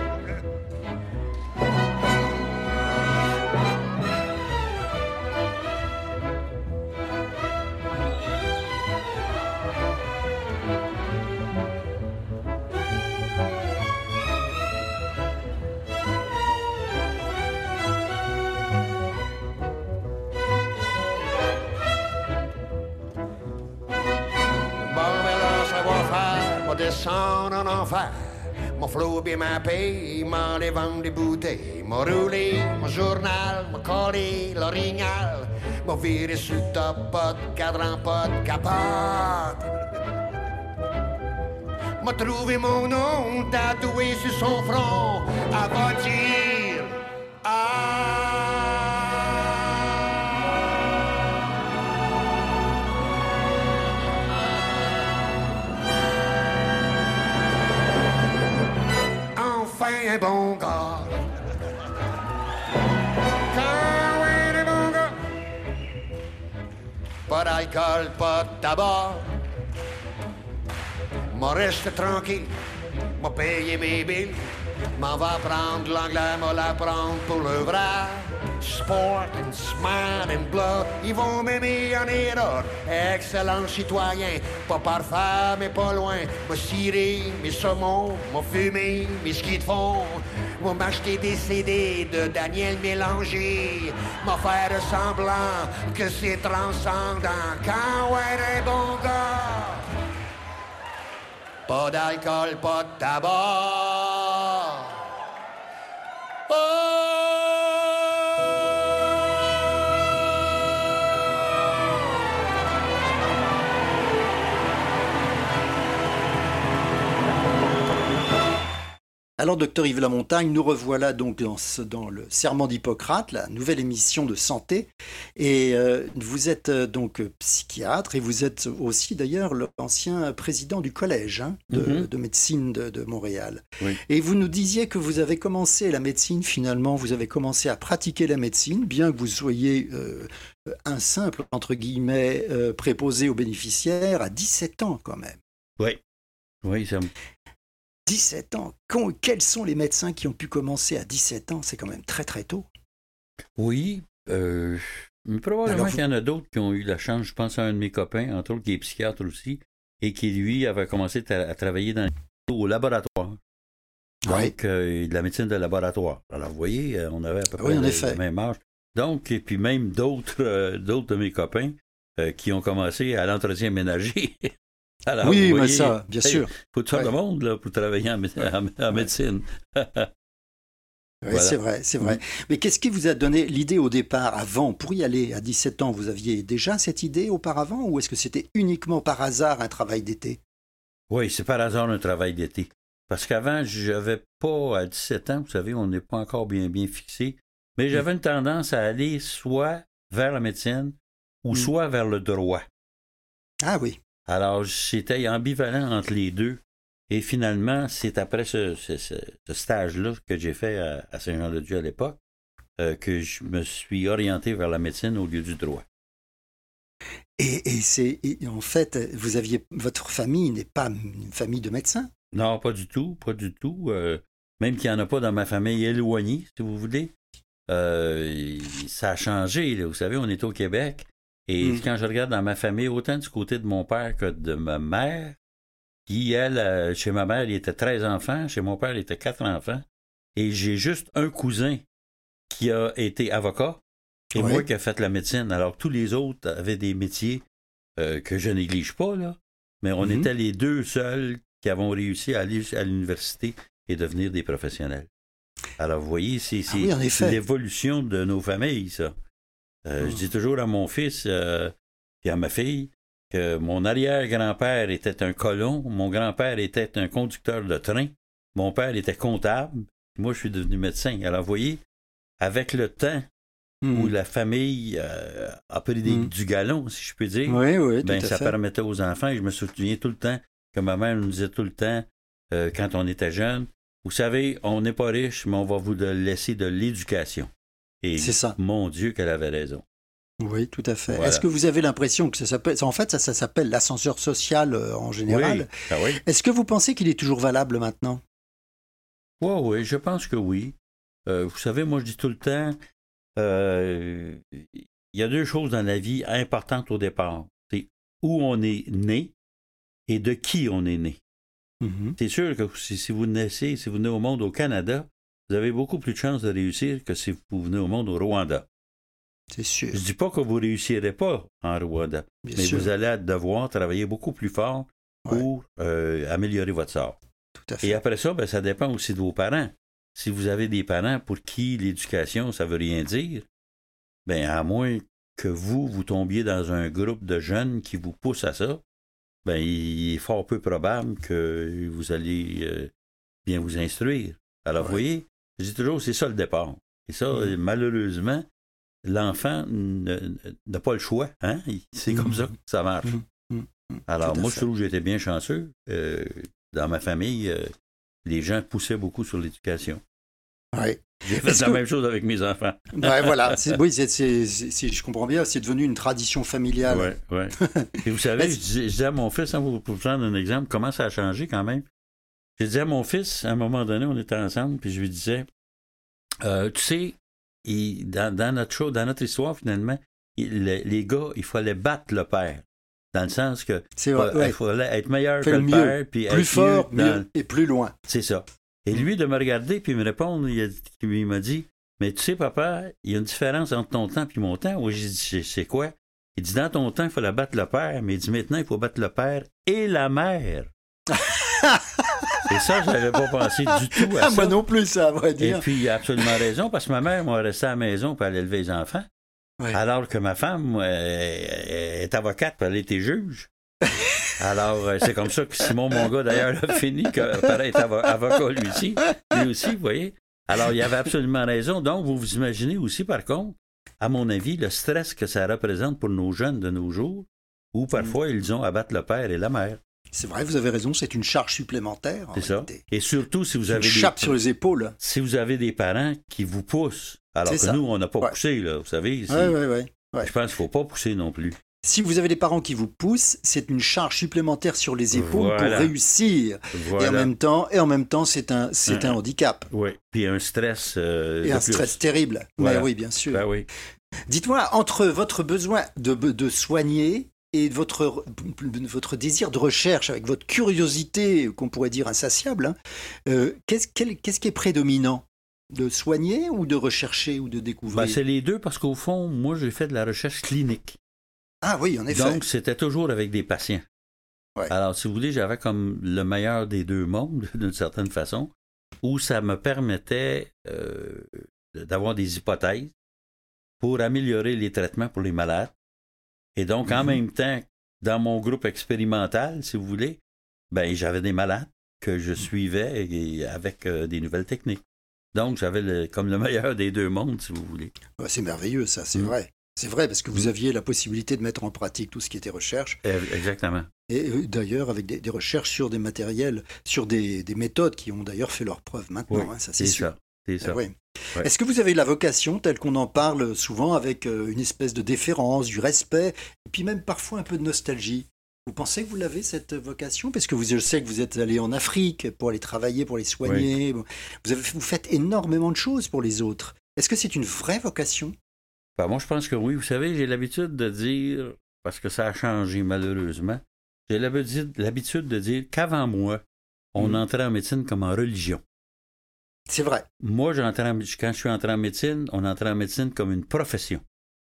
Descendre en enfer, m'a flobé ma paye, m'a les vendre des bouteilles, m'a roulé mon journal, m'a collé l'orignal, m'a viré sur le top, pas de cadran, pas de capote. M'a trouvé mon nom tatoué sur son front, à va dire ah. Un bon gars. Quand est un bon gars. Pas d'alcool, pas de tabac. M'a resté tranquille, m'a payé mes billes. M'en va prendre l'anglais, m'a l'apprendre pour le vrai. Sport and smile and blood, ils vont m'aimer en Irak. Excellent citoyen, pas parfait mais pas loin. M'a ciré mes saumons, m'a fumé mes skis de fond. M'a m'acheter des C D de Daniel Mélanger. M'a faire semblant que c'est transcendant. Quand ouais un bon gars. Pas d'alcool, pas de tabac. Oh! Alors, docteur Yves Lamontagne, nous revoilà donc dans, ce, dans le Serment d'Hippocrate, la nouvelle émission de santé. Et euh, vous êtes euh, donc psychiatre et vous êtes aussi d'ailleurs l'ancien président du collège hein, de, mm-hmm. de médecine de, de Montréal. Oui. Et vous nous disiez que vous avez commencé la médecine, finalement, vous avez commencé à pratiquer la médecine, bien que vous soyez euh, un simple, entre guillemets, euh, préposé aux bénéficiaires à dix-sept ans quand même. Oui, oui, ça me... dix-sept ans. Quels sont les médecins qui ont pu commencer à dix-sept ans? C'est quand même très, très tôt. Oui. Euh, mais probablement Alors, qu'il y en a d'autres qui ont eu la chance. Je pense à un de mes copains, entre autres, qui est psychiatre aussi, et qui, lui, avait commencé à, à travailler dans, au laboratoire. Oui. Donc, euh, de la médecine de laboratoire. Alors, vous voyez, on avait à peu près oui, en le, effet. le même âge. Donc, et puis même d'autres, euh, d'autres de mes copains euh, qui ont commencé à l'entretien ménager. Alors, oui, voyez, mais ça, bien hey, sûr. Il faut tout ouais. le monde là, pour travailler en, en, en médecine. Oui, voilà. C'est vrai, c'est vrai. Mais qu'est-ce qui vous a donné l'idée au départ, avant, pour y aller à dix-sept ans, vous aviez déjà cette idée auparavant ou est-ce que c'était uniquement par hasard un travail d'été? Oui, c'est par hasard un travail d'été. Parce qu'avant, je n'avais pas, à dix-sept ans, vous savez, on n'est pas encore bien, bien fixé, mais j'avais mmh. une tendance à aller soit vers la médecine ou mmh. soit vers le droit. Ah oui. Alors, j'étais ambivalent entre les deux. Et finalement, c'est après ce, ce, ce, ce stage-là que j'ai fait à, à Saint-Jean-de-Dieu à l'époque euh, que je me suis orienté vers la médecine au lieu du droit. Et, et c'est et en fait, vous aviez votre famille n'est pas une famille de médecins? Non, pas du tout, pas du tout. Euh, même qu'il n'y en a pas dans ma famille éloignée, si vous voulez. Euh, ça a changé, là. Vous savez, on est au Québec. Et mmh. quand je regarde dans ma famille, autant du côté de mon père que de ma mère, qui, elle, euh, chez ma mère, il était treize enfants, chez mon père, il était quatre enfants. Et j'ai juste un cousin qui a été avocat et oui. moi qui a fait la médecine. Alors, tous les autres avaient des métiers euh, que je néglige pas, là. Mais on mmh. était les deux seuls qui avons réussi à aller à l'université et devenir des professionnels. Alors, vous voyez, c'est, c'est, ah oui, c'est l'évolution de nos familles, ça. Euh, mmh. Je dis toujours à mon fils euh, et à ma fille que mon arrière-grand-père était un colon, mon grand-père était un conducteur de train, mon père était comptable, moi, je suis devenu médecin. Alors, vous voyez, avec le temps mmh. où la famille euh, a pris des, mmh. du galon, si je peux dire, oui, oui, ben, tout à ça fait. permettait aux enfants, et je me souviens tout le temps que ma mère nous disait tout le temps, euh, quand on était jeune, vous savez, on n'est pas riche, mais on va vous laisser de l'éducation. Et c'est ça. Mon Dieu, qu'elle avait raison. Oui, tout à fait. Voilà. Est-ce que vous avez l'impression que ça s'appelle... En fait, ça, ça s'appelle l'ascenseur social euh, en général. Oui. Ah oui. Est-ce que vous pensez qu'il est toujours valable maintenant? Oui, oui, je pense que oui. Euh, vous savez, moi, je dis tout le temps, euh, il y a deux choses dans la vie importantes au départ. C'est où on est né et de qui on est né. Mm-hmm. C'est sûr que si, si vous naissez, si vous venez au monde au Canada, vous avez beaucoup plus de chances de réussir que si vous venez au monde au Rwanda. C'est sûr. Je ne dis pas que vous ne réussirez pas en Rwanda, Bien mais sûr. Vous allez devoir travailler beaucoup plus fort pour ouais. euh, améliorer votre sort. Tout à fait. Et après ça, ben, ça dépend aussi de vos parents. Si vous avez des parents pour qui l'éducation, ça ne veut rien dire, ben, à moins que vous, vous tombiez dans un groupe de jeunes qui vous poussent à ça, ben, il est fort peu probable que vous allez euh, bien vous instruire. Alors, ouais. vous voyez, je dis toujours, c'est ça le départ. Et ça, mmh. malheureusement, l'enfant n'a pas le choix. Hein? C'est mmh. comme ça que ça marche. Mmh. Mmh. Alors, moi, je trouve que j'étais bien chanceux. Euh, dans ma famille, euh, les gens poussaient beaucoup sur l'éducation. Oui. J'ai fait la que... même chose avec mes enfants. Ouais, voilà. C'est, oui, c'est, c'est, c'est, c'est, je comprends bien, c'est devenu une tradition familiale. Oui, oui. Et vous savez, je disais, je disais à mon fils, hein, pour vous prendre un exemple, comment ça a changé quand même. Je disais à mon fils, à un moment donné, on était ensemble, puis je lui disais, euh, tu sais, il, dans, dans notre show, dans notre histoire, finalement, il, les, les gars, il fallait battre le père. Dans le sens que c'est vrai, il ouais. fallait être meilleur Fait que le, le père. Puis plus être fort, mieux, dans... mieux et plus loin. C'est ça. Et lui, de me regarder puis me répondre, il, a, il m'a dit, mais tu sais, papa, il y a une différence entre ton temps et mon temps. Oui, j'ai dit, c'est quoi? Il dit, dans ton temps, il fallait battre le père, mais il dit, maintenant, il faut battre le père et la mère. Et ça, je n'avais pas pensé du tout à ça. Moi non plus, ça, à vrai dire. Et puis, il a absolument raison, parce que ma mère m'a resté à la maison pour aller élever les enfants. Oui. Alors que ma femme moi, est avocate, puis elle était juge. Alors, c'est comme ça que Simon, mon gars, d'ailleurs, a fini, que pareil, est avocat lui aussi. Lui aussi, vous voyez. Alors, il avait absolument raison. Donc, vous vous imaginez aussi, par contre, à mon avis, le stress que ça représente pour nos jeunes de nos jours, où parfois, mmh. ils ont à battre le père et la mère. C'est vrai, vous avez raison, c'est une charge supplémentaire. C'est ça. Réalité. Et surtout, si vous avez une chape des... sur les épaules. Si vous avez des parents qui vous poussent, alors c'est que ça. Nous, on n'a pas ouais. poussé, là, vous savez. Oui, oui, oui. Je pense qu'il ne faut pas pousser non plus. Si vous avez des parents qui vous poussent, c'est une charge supplémentaire sur les épaules voilà. pour réussir. Voilà. Et en même temps, et en même temps, c'est un, c'est un, un handicap. Oui. Puis un stress. Euh, et un plus. stress terrible. Voilà. Mais oui, bien sûr. Ben oui. Dites-moi, entre votre besoin de, de soigner et votre, votre désir de recherche, avec votre curiosité, qu'on pourrait dire insatiable, hein, euh, qu'est-ce, quel, qu'est-ce qui est prédominant? De soigner ou de rechercher ou de découvrir? Ben, c'est les deux, parce qu'au fond, moi, j'ai fait de la recherche clinique. Ah oui, en effet. Donc, c'était toujours avec des patients. Ouais. Alors, si vous voulez, j'avais comme le meilleur des deux mondes, d'une certaine façon, où ça me permettait euh, d'avoir des hypothèses pour améliorer les traitements pour les malades. Et donc, en mm-hmm. même temps, dans mon groupe expérimental, si vous voulez, ben j'avais des malades que je suivais et avec euh, des nouvelles techniques. Donc, j'avais le, comme le meilleur des deux mondes, si vous voulez. Ouais, c'est merveilleux, ça, c'est mm. vrai. C'est vrai, parce que vous aviez la possibilité de mettre en pratique tout ce qui était recherche. Exactement. Et d'ailleurs, avec des, des recherches sur des matériels, sur des, des méthodes qui ont d'ailleurs fait leurs preuves maintenant, oui, hein, ça c'est, c'est sûr. Ça, c'est ça. Eh oui. Ouais. Est-ce que vous avez la vocation, telle qu'on en parle souvent, avec une espèce de déférence, du respect, et puis même parfois un peu de nostalgie? Vous pensez que vous l'avez, cette vocation? Parce que vous, je sais que vous êtes allé en Afrique pour aller travailler, pour les soigner. Oui. Vous, avez, vous faites énormément de choses pour les autres. Est-ce que c'est une vraie vocation? Ben, moi, je pense que oui. Vous savez, j'ai l'habitude de dire, parce que ça a changé malheureusement, j'ai l'habitude de dire qu'avant moi, on mmh. entrait en médecine comme en religion. C'est vrai. Moi, j'entrais en, quand je suis entré en médecine, on entrait en médecine comme une profession.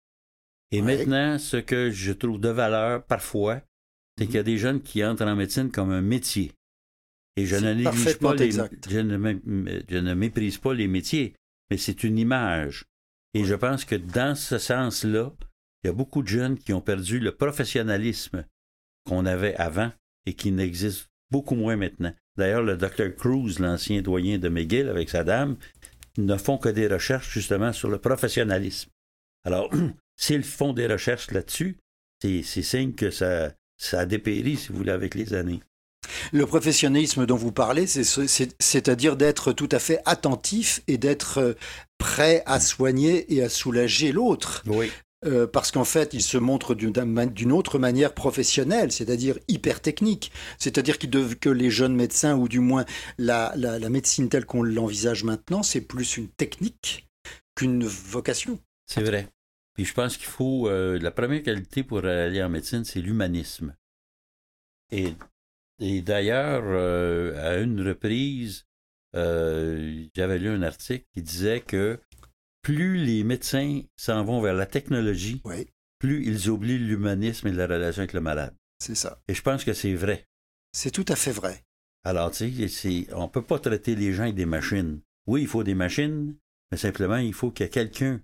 Et ouais. maintenant, ce que je trouve de valeur, parfois, c'est mmh. qu'il y a des jeunes qui entrent en médecine comme un métier. Et je ne néglige pas les, je ne, je ne méprise pas les métiers, mais c'est une image. Et ouais. je pense que dans ce sens-là, il y a beaucoup de jeunes qui ont perdu le professionnalisme qu'on avait avant et qui n'existe beaucoup moins maintenant. D'ailleurs, le docteur Cruz, l'ancien doyen de McGill, avec sa dame, ne font que des recherches justement sur le professionnalisme. Alors, s'ils font des recherches là-dessus, c'est, c'est signe que ça, ça a dépéri, si vous voulez, avec les années. Le professionnalisme dont vous parlez, c'est, c'est, c'est-à-dire d'être tout à fait attentif et d'être prêt à soigner et à soulager l'autre. Oui. Euh, parce qu'en fait, il se montre d'une, d'une autre manière professionnelle, c'est-à-dire hyper technique. C'est-à-dire que les jeunes médecins, ou du moins la, la, la médecine telle qu'on l'envisage maintenant, c'est plus une technique qu'une vocation. C'est vrai. Puis je pense qu'il faut... Euh, la première qualité pour aller en médecine, c'est l'humanisme. Et, et d'ailleurs, euh, à une reprise, euh, j'avais lu un article qui disait que plus les médecins s'en vont vers la technologie, oui. plus ils oublient l'humanisme et la relation avec le malade. C'est ça. Et je pense que c'est vrai. C'est tout à fait vrai. Alors, tu sais, c'est, on ne peut pas traiter les gens avec des machines. Oui, il faut des machines, mais simplement, il faut qu'il y ait quelqu'un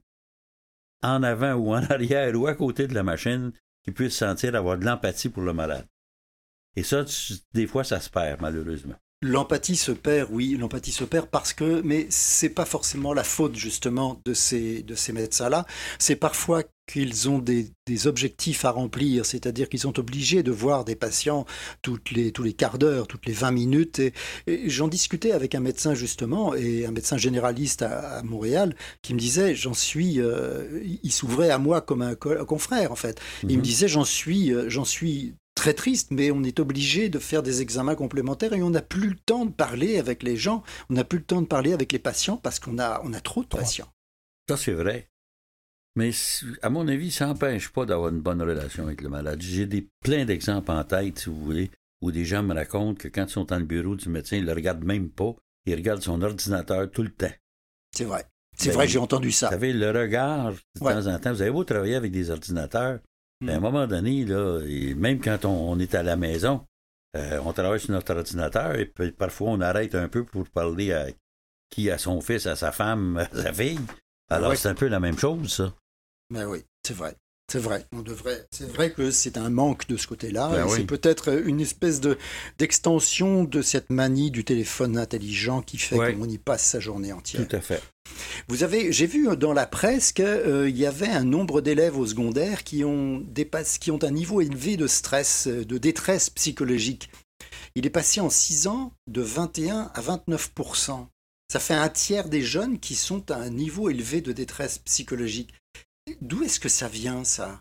en avant ou en arrière ou à côté de la machine qui puisse sentir avoir de l'empathie pour le malade. Et ça, tu, des fois, ça se perd, malheureusement. L'empathie se perd, oui, l'empathie se perd parce que, mais c'est pas forcément la faute justement de ces, de ces médecins-là. C'est parfois qu'ils ont des, des objectifs à remplir, c'est-à-dire qu'ils sont obligés de voir des patients toutes les, tous les quarts d'heure, toutes les vingt minutes. Et, et j'en discutais avec un médecin justement, et un médecin généraliste à, à Montréal, qui me disait, j'en suis, euh, il s'ouvrait à moi comme un, un confrère en fait. Mm-hmm. Il me disait, j'en suis, j'en suis très triste, mais on est obligé de faire des examens complémentaires et on n'a plus le temps de parler avec les gens, on n'a plus le temps de parler avec les patients parce qu'on a, on a trop de patients. Ça, c'est vrai. Mais à mon avis, ça n'empêche pas d'avoir une bonne relation avec le malade. J'ai des, plein d'exemples en tête, si vous voulez, où des gens me racontent que quand ils sont dans le bureau du médecin, ils ne le regardent même pas, ils regardent son ordinateur tout le temps. C'est vrai. C'est ben, vrai, j'ai entendu ça. Vous savez, le regard, de ouais. temps en temps, vous avez beau travailler avec des ordinateurs, mm. ben, à un moment donné, là, et même quand on, on est à la maison, euh, on travaille sur notre ordinateur et puis, parfois on arrête un peu pour parler à qui, à son fils, à sa femme, à sa fille. Alors, ouais. c'est un peu la même chose, ça. Ben oui, c'est vrai. C'est vrai. On devrait. C'est vrai que c'est un manque de ce côté-là. Ben oui. C'est peut-être une espèce de d'extension de cette manie du téléphone intelligent qui fait ouais. qu'on y passe sa journée entière. Tout à fait. Vous avez, j'ai vu dans la presse qu'il euh, y avait un nombre d'élèves au secondaire qui ont dépassé, qui ont un niveau élevé de stress, de détresse psychologique. Il est passé en six ans de vingt et un à vingt-neuf pour cent. Ça fait un tiers des jeunes qui sont à un niveau élevé de détresse psychologique. D'où est-ce que ça vient, ça?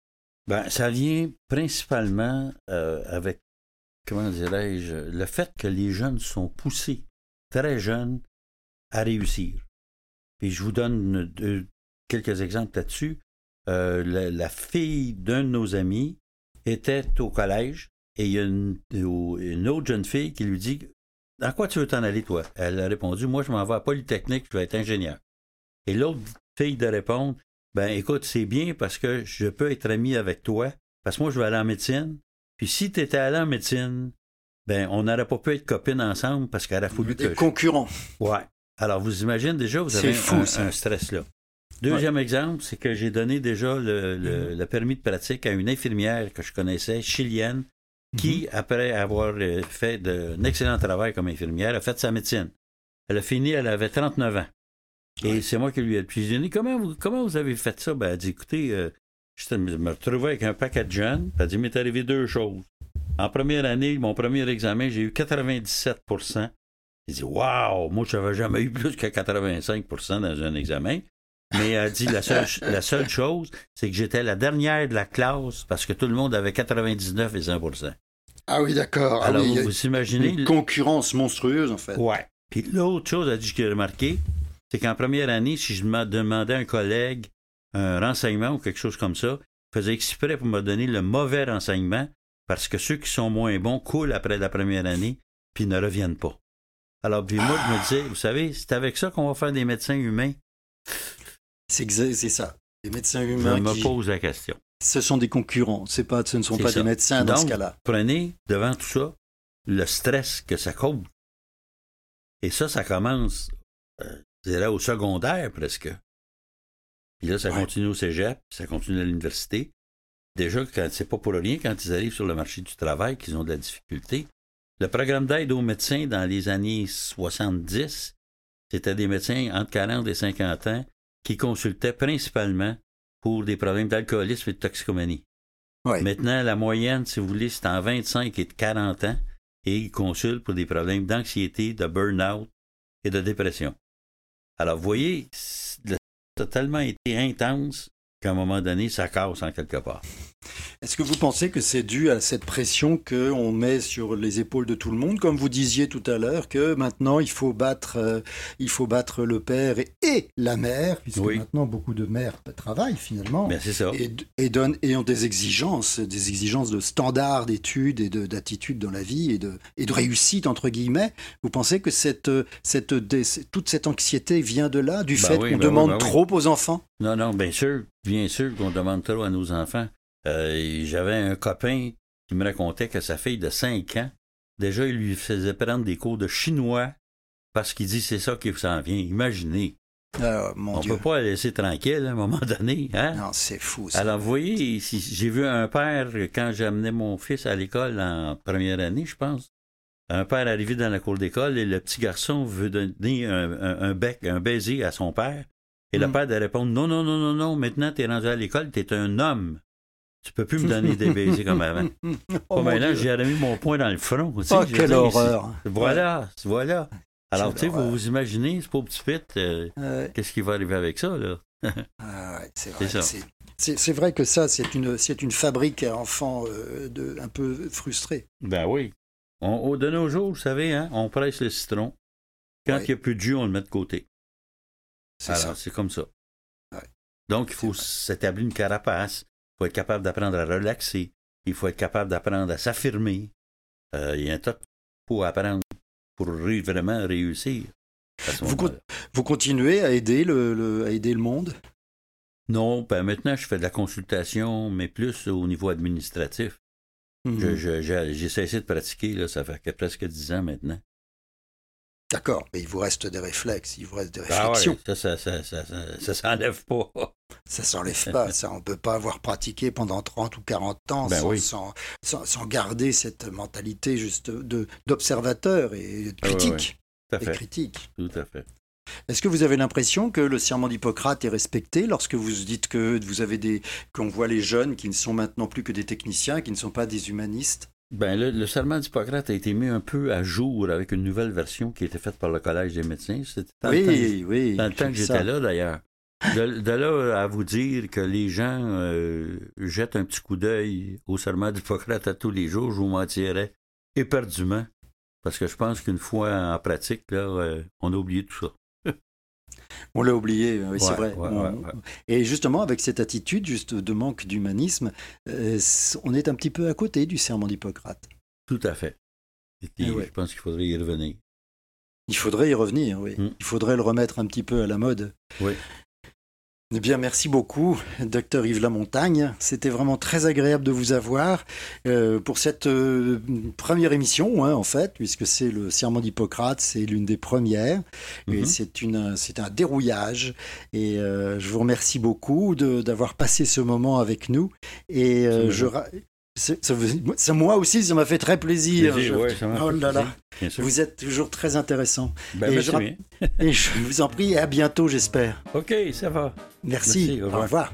Ben, ça vient principalement euh, avec, comment dirais-je, le fait que les jeunes sont poussés, très jeunes, à réussir. Puis je vous donne deux, quelques exemples là-dessus. Euh, la, la fille d'un de nos amis était au collège et il y a une, une autre jeune fille qui lui dit « Dans quoi tu veux t'en aller, toi? » Elle a répondu « Moi, je m'en vais à Polytechnique, je vais être ingénieur. » Et l'autre fille de répondre « Ben, écoute, c'est bien parce que je peux être ami avec toi, parce que moi, je vais aller en médecine. Puis si tu étais allé en médecine, ben, on n'aurait pas pu être copines ensemble parce qu'elle a fallu que... Des concurrents. Je... Ouais. Alors, vous imaginez déjà, vous avez fou, un, un stress là. Deuxième ouais. exemple, c'est que j'ai donné déjà le, le, le permis de pratique à une infirmière que je connaissais, chilienne, qui, mm-hmm. après avoir fait de, un excellent travail comme infirmière, a fait sa médecine. Elle a fini, elle avait trente-neuf ans. Et ouais. c'est moi qui lui ai dit, j'ai dit, comment vous, comment vous avez fait ça? Ben, elle a dit, écoutez, euh, je me retrouvais avec un paquet de jeunes. Elle a dit, il m'est arrivé deux choses. En première année, mon premier examen, j'ai eu quatre-vingt-dix-sept pour cent. J'ai dit, waouh, moi, je n'avais jamais eu plus que quatre-vingt-cinq pour cent dans un examen. Mais elle dit la seule, la seule chose, c'est que j'étais la dernière de la classe parce que tout le monde avait quatre-vingt-dix-neuf et cent pour cent. Ah oui, d'accord. Alors, ah oui, vous, vous imaginez... Une concurrence monstrueuse, en fait. Ouais. Puis l'autre chose, elle dit que j'ai remarqué, c'est qu'en première année, si je demandais à un collègue un renseignement ou quelque chose comme ça, il faisait exprès pour me donner le mauvais renseignement parce que ceux qui sont moins bons coulent après la première année puis ne reviennent pas. Alors, puis moi, je me disais, vous savez, c'est avec ça qu'on va faire des médecins humains. C'est, c'est ça. Les médecins humains je me qui... pose la question. Ce sont des concurrents. C'est pas, ce ne sont c'est pas ça. des médecins dans Donc, ce cas-là. Prenez, devant tout ça, le stress que ça cause. Et ça, ça commence, euh, je dirais, au secondaire presque. Puis là, ça ouais. continue au cégep, ça continue à l'université. Déjà, quand, c'est pas pour rien, quand ils arrivent sur le marché du travail, qu'ils ont de la difficulté. Le programme d'aide aux médecins dans les années soixante-dix, c'était des médecins entre quarante et cinquante ans qui consultaient principalement pour des problèmes d'alcoolisme et de toxicomanie. Ouais. Maintenant, la moyenne, si vous voulez, c'est en vingt-cinq et de quarante ans et ils consultent pour des problèmes d'anxiété, de burn-out et de dépression. Alors, vous voyez, ça a tellement été intense qu'à un moment donné, ça casse en quelque part. Est-ce que vous pensez que c'est dû à cette pression qu'on met sur les épaules de tout le monde, comme vous disiez tout à l'heure, que maintenant il faut battre, euh, il faut battre le père et, et la mère, puisque oui. maintenant beaucoup de mères travaillent finalement, ben, c'est ça. Et, et, donnent, et ont des exigences, des exigences de standards d'études et de, d'attitudes dans la vie et de, et de réussite entre guillemets. Vous pensez que cette, cette, des, toute cette anxiété vient de là, du ben fait oui, qu'on ben demande oui, ben trop oui. aux enfants? Non, non, bien sûr, bien sûr qu'on demande trop à nos enfants. Euh, j'avais un copain qui me racontait que sa fille de cinq ans, déjà, il lui faisait prendre des cours de chinois parce qu'il dit c'est ça qui s'en vient. Imaginez. Oh, mon On ne peut pas la laisser tranquille à un moment donné. Hein? Non, c'est fou. Ça. Alors, vous voyez, si, j'ai vu un père, quand j'amenais mon fils à l'école en première année, je pense, un père arrivé dans la cour d'école et le petit garçon veut donner un, un, un bec, un baiser à son père. Et mm. le père de répondre non, non, non, non, non, maintenant, tu es rendu à l'école, tu es un homme. Tu peux plus me donner des baisers comme avant. Oh, pas maintenant, j'ai remis mon poing dans le front. Tu sais, oh, quelle horreur! Ici. Voilà, ouais. voilà. Alors, tu sais, vous vous imaginez, ce pauvre petit pit, euh, ouais. qu'est-ce qui va arriver avec ça, là? ah, ouais, c'est vrai. C'est, c'est, c'est, c'est vrai que ça, c'est une, c'est une fabrique à enfants euh, de, un peu frustrés. Ben oui. On, on, de nos jours, vous savez, hein, on presse le citron. Quand ouais. il n'y a plus de jus, on le met de côté. C'est Alors, ça. C'est comme ça. Ouais. Donc, il faut s'établir une carapace. Il faut être capable d'apprendre à relaxer. Il faut être capable d'apprendre à s'affirmer. Euh, il y a un tas de pour apprendre pour vraiment réussir. Vous, con- vous continuez à aider le, le, à aider le monde? Non, ben maintenant, je fais de la consultation, mais plus au niveau administratif. Mm-hmm. Je, je, je, j'ai cessé de pratiquer, là, ça fait presque dix ans maintenant. D'accord, mais il vous reste des réflexes, il vous reste des réflexions. Ah ouais, ça, ça, ça, ça, ça, ça s'enlève pas. Ça s'enlève pas, ça, on ne peut pas avoir pratiqué pendant trente ou quarante ans ben sans, oui. sans, sans, sans garder cette mentalité juste de, d'observateur et de critique. Ah ouais, ouais. Tout à fait. Et critique. Tout à fait. Est-ce que vous avez l'impression que le serment d'Hippocrate est respecté lorsque vous dites que vous avez des, qu'on voit les jeunes qui ne sont maintenant plus que des techniciens, qui ne sont pas des humanistes? Ben, le, le serment d'Hippocrate a été mis un peu à jour avec une nouvelle version qui a été faite par le Collège des médecins. C'était dans oui, le temps, oui. Dans le temps que j'étais ça. là, d'ailleurs. De, de là à vous dire que les gens euh, jettent un petit coup d'œil au serment d'Hippocrate à tous les jours, je vous mentirais éperdument. Parce que je pense qu'une fois en pratique, là, euh, on a oublié tout ça. On l'a oublié, oui, ouais, c'est vrai. Ouais, on... ouais, ouais. Et justement, avec cette attitude juste de manque d'humanisme, euh, on est un petit peu à côté du serment d'Hippocrate. Tout à fait. Et puis, ouais. Je pense qu'il faudrait y revenir. Il faudrait y revenir, oui. Mm. Il faudrait le remettre un petit peu à la mode. Oui. Eh bien, merci beaucoup, docteur Yves Lamontagne. C'était vraiment très agréable de vous avoir euh, pour cette euh, première émission, hein, en fait, puisque c'est le serment d'Hippocrate, c'est l'une des premières. Mm-hmm. Et c'est, une, c'est un dérouillage. Et euh, je vous remercie beaucoup de, d'avoir passé ce moment avec nous. Et euh, je... C'est, ça, ça, moi aussi, ça m'a fait très plaisir. plaisir je... ouais, ça m'a oh là là, fait vous êtes toujours très intéressant. Ben, et, je... et je vous en prie, et à bientôt, j'espère. OK, ça va. Merci, Merci au revoir. Au revoir.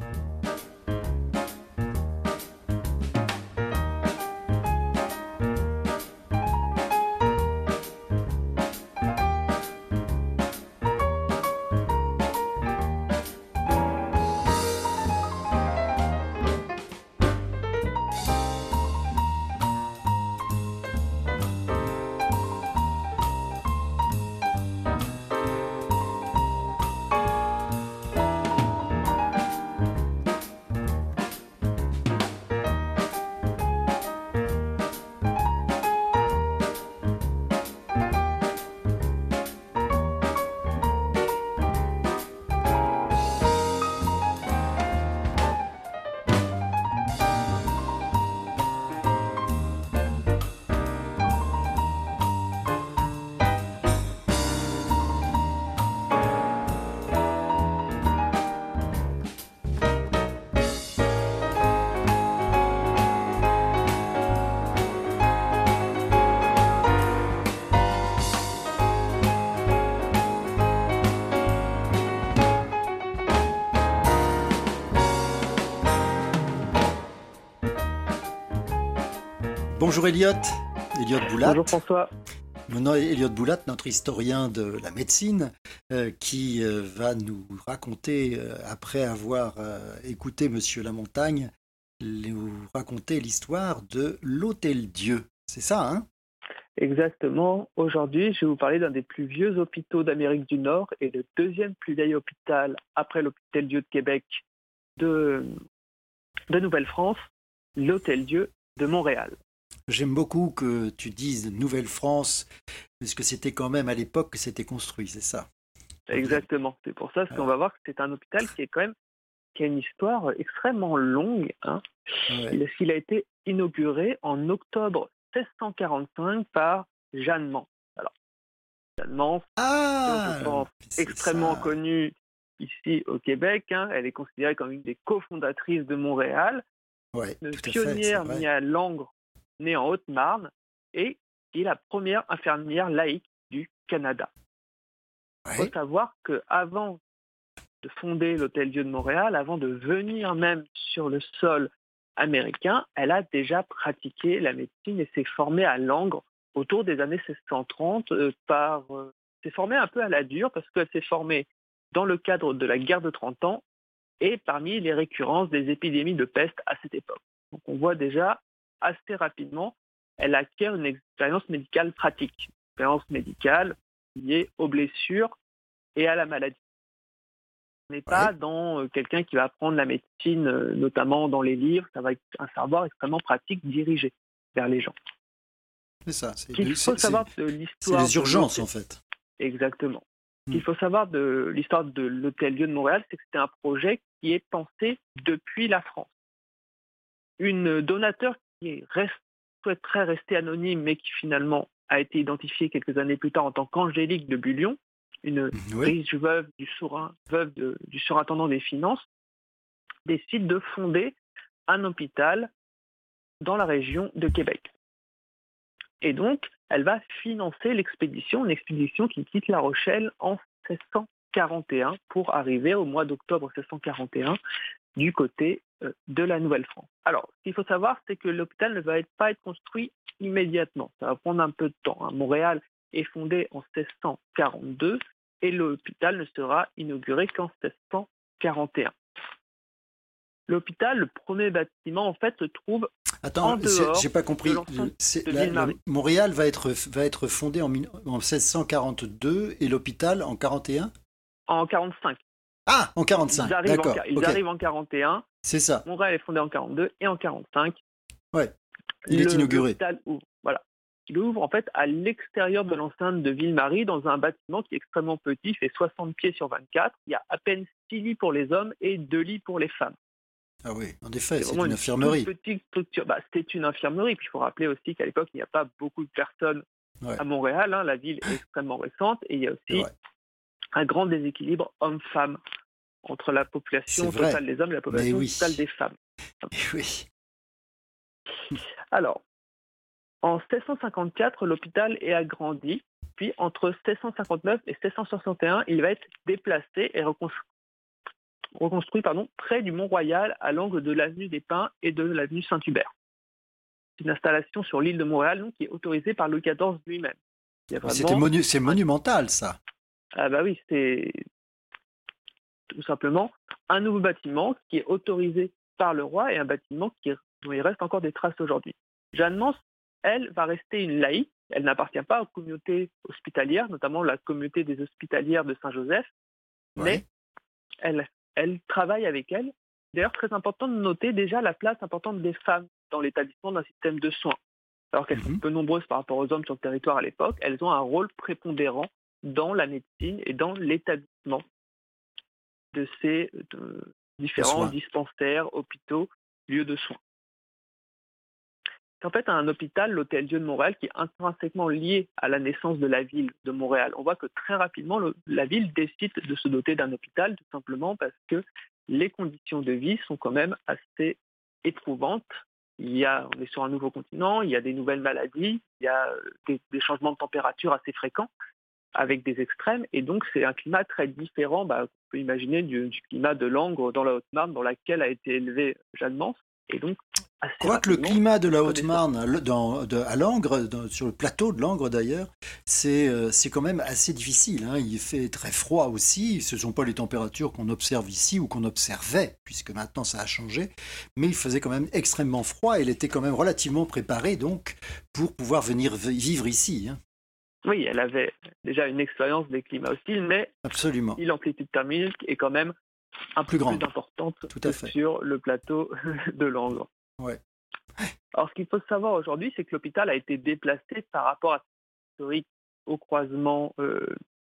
Bonjour Elliot, Elliot Boulat. Bonjour François. Maintenant, Elliot Boulat, notre historien de la médecine, euh, qui euh, va nous raconter, euh, après avoir euh, écouté Monsieur Lamontagne, nous raconter l'histoire de l'Hôtel-Dieu. C'est ça, hein? Exactement. Aujourd'hui, je vais vous parler d'un des plus vieux hôpitaux d'Amérique du Nord et le deuxième plus vieil hôpital après l'Hôtel-Dieu de Québec de, de Nouvelle-France, l'Hôtel-Dieu de Montréal. J'aime beaucoup que tu dises Nouvelle-France, parce que c'était quand même à l'époque que c'était construit, c'est ça? Exactement. C'est pour ça, parce qu'on va voir que c'est un hôpital qui est quand même qui a une histoire extrêmement longue. Hein. Ouais. Il, il a été inauguré en octobre seize cent quarante-cinq par Jeanne Mance. Alors, Jeanne Mance, ah, je pense, extrêmement ça. Connue ici au Québec. Hein. Elle est considérée comme une des cofondatrices de Montréal, ouais, une pionnière née à Langres, née en Haute-Marne, et qui est la première infirmière laïque du Canada. Il ouais. faut savoir qu'avant de fonder l'Hôtel-Dieu de Montréal, avant de venir même sur le sol américain, elle a déjà pratiqué la médecine et s'est formée à Langres autour des années seize cent trente. Euh, par, euh, s'est formée un peu à la dure parce qu'elle s'est formée dans le cadre de la guerre de trente ans et parmi les récurrences des épidémies de peste à cette époque. Donc on voit déjà assez rapidement, elle acquiert une expérience médicale pratique, une expérience médicale liée aux blessures et à la maladie. On n'est pas ouais. dans euh, quelqu'un qui va apprendre la médecine, euh, notamment dans les livres, ça va être un savoir extrêmement pratique dirigé vers les gens. C'est ça. C'est qu'il de, faut c'est, savoir de l'histoire. C'est les urgences, en fait. Exactement. Ce qu'il faut savoir de l'histoire de l'Hôtel-Dieu de Montréal, c'est que c'était un projet qui est pensé depuis la France. Une donateur qui reste, souhaiterait rester anonyme, mais qui finalement a été identifiée quelques années plus tard en tant qu'Angélique de Bullion, une oui. riche veuve du, sourin, veuve de, du surintendant des finances, décide de fonder un hôpital dans la région de Québec. Et donc, elle va financer l'expédition, une expédition qui quitte La Rochelle en seize cent quarante et un pour arriver au mois d'octobre seize cent quarante et un du côté euh, de la Nouvelle-France. Alors, ce qu'il faut savoir, c'est que l'hôpital ne va être, pas être construit immédiatement. Ça va prendre un peu de temps. Hein. Montréal est fondé en seize cent quarante-deux et l'hôpital ne sera inauguré qu'en seize cent quarante et un. L'hôpital, le premier bâtiment, en fait, se trouve Attends, en dehors j'ai pas compris. de la, la, Montréal va être, va être fondé en, en seize cent quarante-deux et l'hôpital en quarante et un? En quarante-cinq. Ah, en quarante-cinq, ils arrivent d'accord. En, ils okay. arrivent en quarante et un. C'est ça. Montréal est fondé en quarante-deux et en quarante-cinq. Ouais, il le, est inauguré. L'hôpital ouvre, voilà. Il ouvre en fait à l'extérieur de l'enceinte de Ville-Marie dans un bâtiment qui est extrêmement petit, fait soixante pieds sur vingt-quatre. Il y a à peine six lits pour les hommes et deux lits pour les femmes. Ah oui, en effet, c'est, c'est une, une infirmerie. Petite structure. Bah, c'était une infirmerie. Puis il faut rappeler aussi qu'à l'époque, il n'y a pas beaucoup de personnes ouais. à Montréal. Hein. La ville est extrêmement récente et il y a aussi un grand déséquilibre homme-femme entre la population totale des hommes et la population oui. totale des femmes. Oui. Alors, en seize cent cinquante-quatre, l'hôpital est agrandi. Puis entre seize cent cinquante-neuf et seize cent soixante et un, il va être déplacé et reconstruit. reconstruit pardon, près du Mont-Royal, à l'angle de l'avenue des Pins et de l'avenue Saint-Hubert. C'est une installation sur l'île de Montréal donc, qui est autorisée par Louis quatorze lui-même. Vraiment... C'était monu- c'est monumental, ça. Ah bah oui, c'est tout simplement un nouveau bâtiment qui est autorisé par le roi et un bâtiment qui, dont il reste encore des traces aujourd'hui. Jeanne Mance, elle, va rester une laïque. Elle n'appartient pas aux communautés hospitalières, notamment la communauté des hospitalières de Saint-Joseph, ouais. mais elle Elle travaille avec elle. D'ailleurs, très important de noter déjà la place importante des femmes dans l'établissement d'un système de soins. Alors qu'elles mmh. sont peu nombreuses par rapport aux hommes sur le territoire à l'époque, elles ont un rôle prépondérant dans la médecine et dans l'établissement de ces de différents dispensaires, hôpitaux, lieux de soins. C'est en fait un hôpital, l'Hôtel-Dieu de Montréal, qui est intrinsèquement lié à la naissance de la ville de Montréal. On voit que très rapidement, le, la ville décide de se doter d'un hôpital, tout simplement parce que les conditions de vie sont quand même assez éprouvantes. Il y a, on est sur un nouveau continent, il y a des nouvelles maladies, il y a des, des changements de température assez fréquents, avec des extrêmes, et donc c'est un climat très différent, bah, on peut imaginer, du, du climat de Langres dans la Haute-Marne, dans laquelle a été élevée Jeanne Mance. Et donc, assez Quoique le rapidement climat de la connaissance. Haute-Marne, dans, de, à Langres, dans- sur le plateau de Langres d'ailleurs, c'est euh, c'est quand même assez difficile, hein. Il fait très froid aussi. Ce ne sont pas les températures qu'on observe ici ou qu'on observait, puisque maintenant ça a changé. Mais il faisait quand même extrêmement froid. Elle était quand même relativement préparée donc pour pouvoir venir vi- vivre ici, hein. Oui, elle avait déjà une expérience des climats hostiles, mais Absolument. l'amplitude thermique est quand même un Plus peu grande. plus importante Tout à que fait. sur le plateau de Langres. Ouais. Alors, ce qu'il faut savoir aujourd'hui, c'est que l'hôpital a été déplacé par rapport à historique au croisement euh,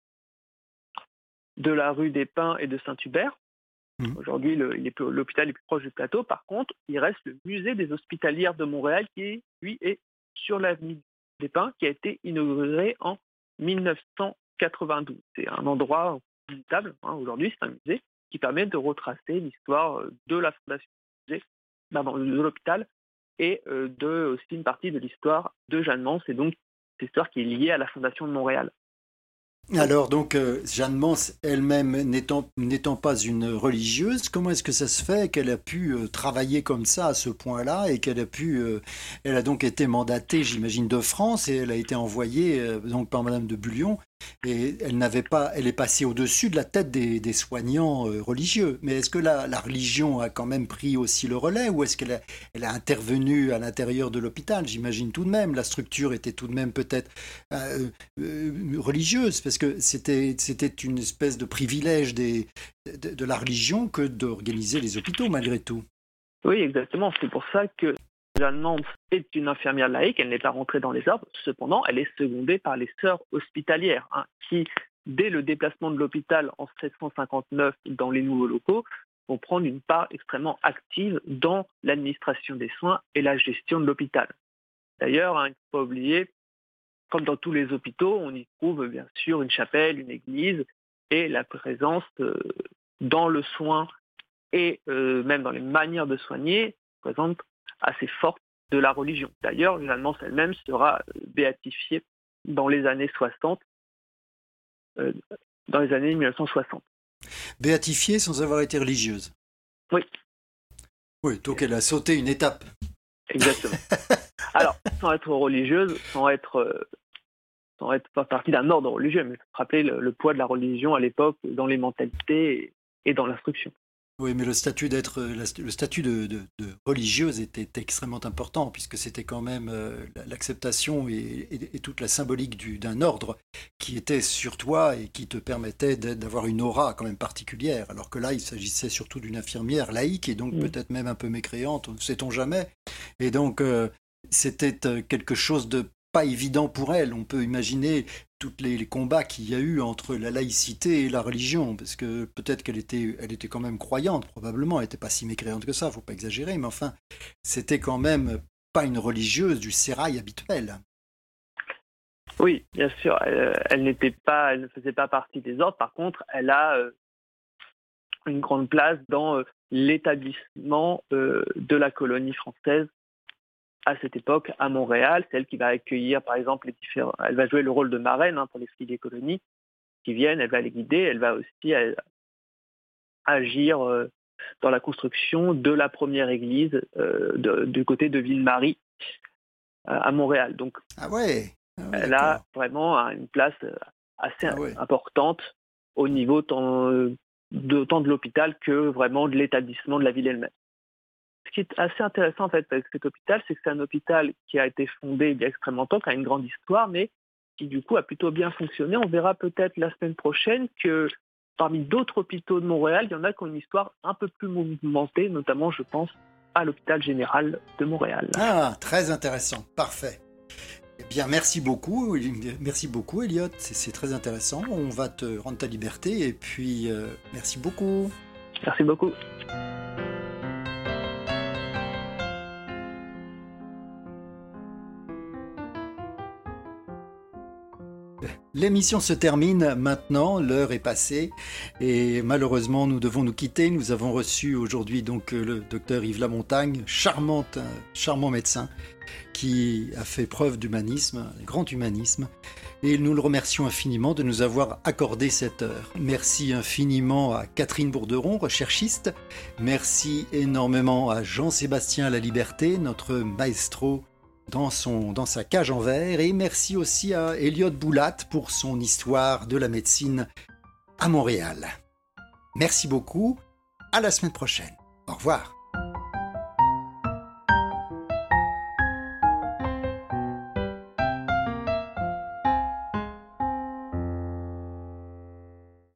de la rue des Pins et de Saint-Hubert. Mhm. Aujourd'hui, le- il est plus- l'hôpital est plus proche du plateau. Par contre, il reste le musée des Hospitalières de Montréal qui, lui, est sur l'avenue des Pins, qui a été inauguré en mille neuf cent quatre-vingt-douze. C'est un endroit visitable, hein, aujourd'hui, c'est un musée qui permet de retracer l'histoire euh, de la fondation du musée, pardon, de l'hôpital et euh, de aussi une partie de l'histoire de Jeanne Mance, et donc cette histoire qui est liée à la fondation de Montréal. Alors donc, euh, Jeanne Mance elle-même n'étant, n'étant pas une religieuse, comment est-ce que ça se fait qu'elle a pu euh, travailler comme ça à ce point-là et qu'elle a pu, euh, elle a donc été mandatée, j'imagine, de France et elle a été envoyée euh, donc par Madame de Bullion et elle n'avait pas, elle est passée au-dessus de la tête des, des soignants euh, religieux. Mais est-ce que la, la religion a quand même pris aussi le relais ou est-ce qu'elle a, elle a intervenu à l'intérieur de l'hôpital? J'imagine tout de même, la structure était tout de même peut-être euh, euh, religieuse parce que c'était, c'était une espèce de privilège des, de, de la religion que d'organiser les hôpitaux malgré tout. Oui, exactement. C'est pour ça que Jeanne Mance est une infirmière laïque. Elle n'est pas rentrée dans les ordres. Cependant, elle est secondée par les sœurs hospitalières, hein, qui, dès le déplacement de l'hôpital en sept cent cinquante-neuf dans les nouveaux locaux, vont prendre une part extrêmement active dans l'administration des soins et la gestion de l'hôpital. D'ailleurs, hein, il ne faut pas oublier, comme dans tous les hôpitaux, on y trouve bien sûr une chapelle, une église, et la présence euh, dans le soin et euh, même dans les manières de soigner présente assez forte de la religion. D'ailleurs, Jeanne Mance elle-même sera béatifiée dans les années soixante, euh, dans les années mille neuf cent soixante. Béatifiée sans avoir été religieuse. Oui. Oui, donc elle a sauté une étape. Exactement. Alors, sans être religieuse, sans être, euh, sans être pas partie d'un ordre religieux, mais il faut se rappeler le, le poids de la religion à l'époque dans les mentalités et, et dans l'instruction. Oui, mais le statut d'être, le statut de, de, de religieuse était extrêmement important puisque c'était quand même euh, l'acceptation et, et, et toute la symbolique du, d'un ordre qui était sur toi et qui te permettait d'avoir une aura quand même particulière. Alors que là, il s'agissait surtout d'une infirmière laïque et donc mmh. peut-être même un peu mécréante, ne sait-on jamais. Et donc, euh, c'était quelque chose de pas évident pour elle. On peut imaginer tous les, les combats qu'il y a eu entre la laïcité et la religion, parce que peut-être qu'elle était, elle était quand même croyante, probablement, elle n'était pas si mécréante que ça, il ne faut pas exagérer, mais enfin, c'était quand même pas une religieuse du sérail habituel. Oui, bien sûr, elle, elle n'était pas, elle ne faisait pas partie des ordres. Par contre, elle a euh, une grande place dans euh, l'établissement euh, de la colonie française à cette époque à Montréal. C'est elle qui va accueillir, par exemple, les différents. Elle va jouer le rôle de marraine hein, pour les filles des colonies qui viennent. Elle va les guider. Elle va aussi euh, agir euh, dans la construction de la première église euh, de, du côté de Ville-Marie euh, à Montréal. Donc, ah ouais. Ah ouais, elle d'accord. a vraiment une place assez ah ouais. importante au niveau tant de, tant de l'hôpital que vraiment de l'établissement de la ville elle-même. Ce qui est assez intéressant en fait avec cet hôpital, c'est que c'est un hôpital qui a été fondé il y a extrêmement longtemps, qui a une grande histoire, mais qui du coup a plutôt bien fonctionné. On verra peut-être la semaine prochaine que parmi d'autres hôpitaux de Montréal, il y en a qui ont une histoire un peu plus mouvementée, notamment je pense à l'hôpital général de Montréal. Ah, très intéressant, parfait. Eh bien, merci beaucoup, merci beaucoup Elliot, c'est, c'est très intéressant. On va te rendre ta liberté et puis euh, merci beaucoup. Merci beaucoup. L'émission se termine maintenant, l'heure est passée et malheureusement nous devons nous quitter. Nous avons reçu aujourd'hui donc le docteur Yves Lamontagne, charmant, charmant médecin qui a fait preuve d'humanisme, grand humanisme, et nous le remercions infiniment de nous avoir accordé cette heure. Merci infiniment à Catherine Bourderon, recherchiste. Merci énormément à Jean-Sébastien Laliberté, notre maestro dans, son, dans sa cage en verre. Et merci aussi à Elliot Boulat pour son histoire de la médecine à Montréal. Merci beaucoup. À la semaine prochaine. Au revoir.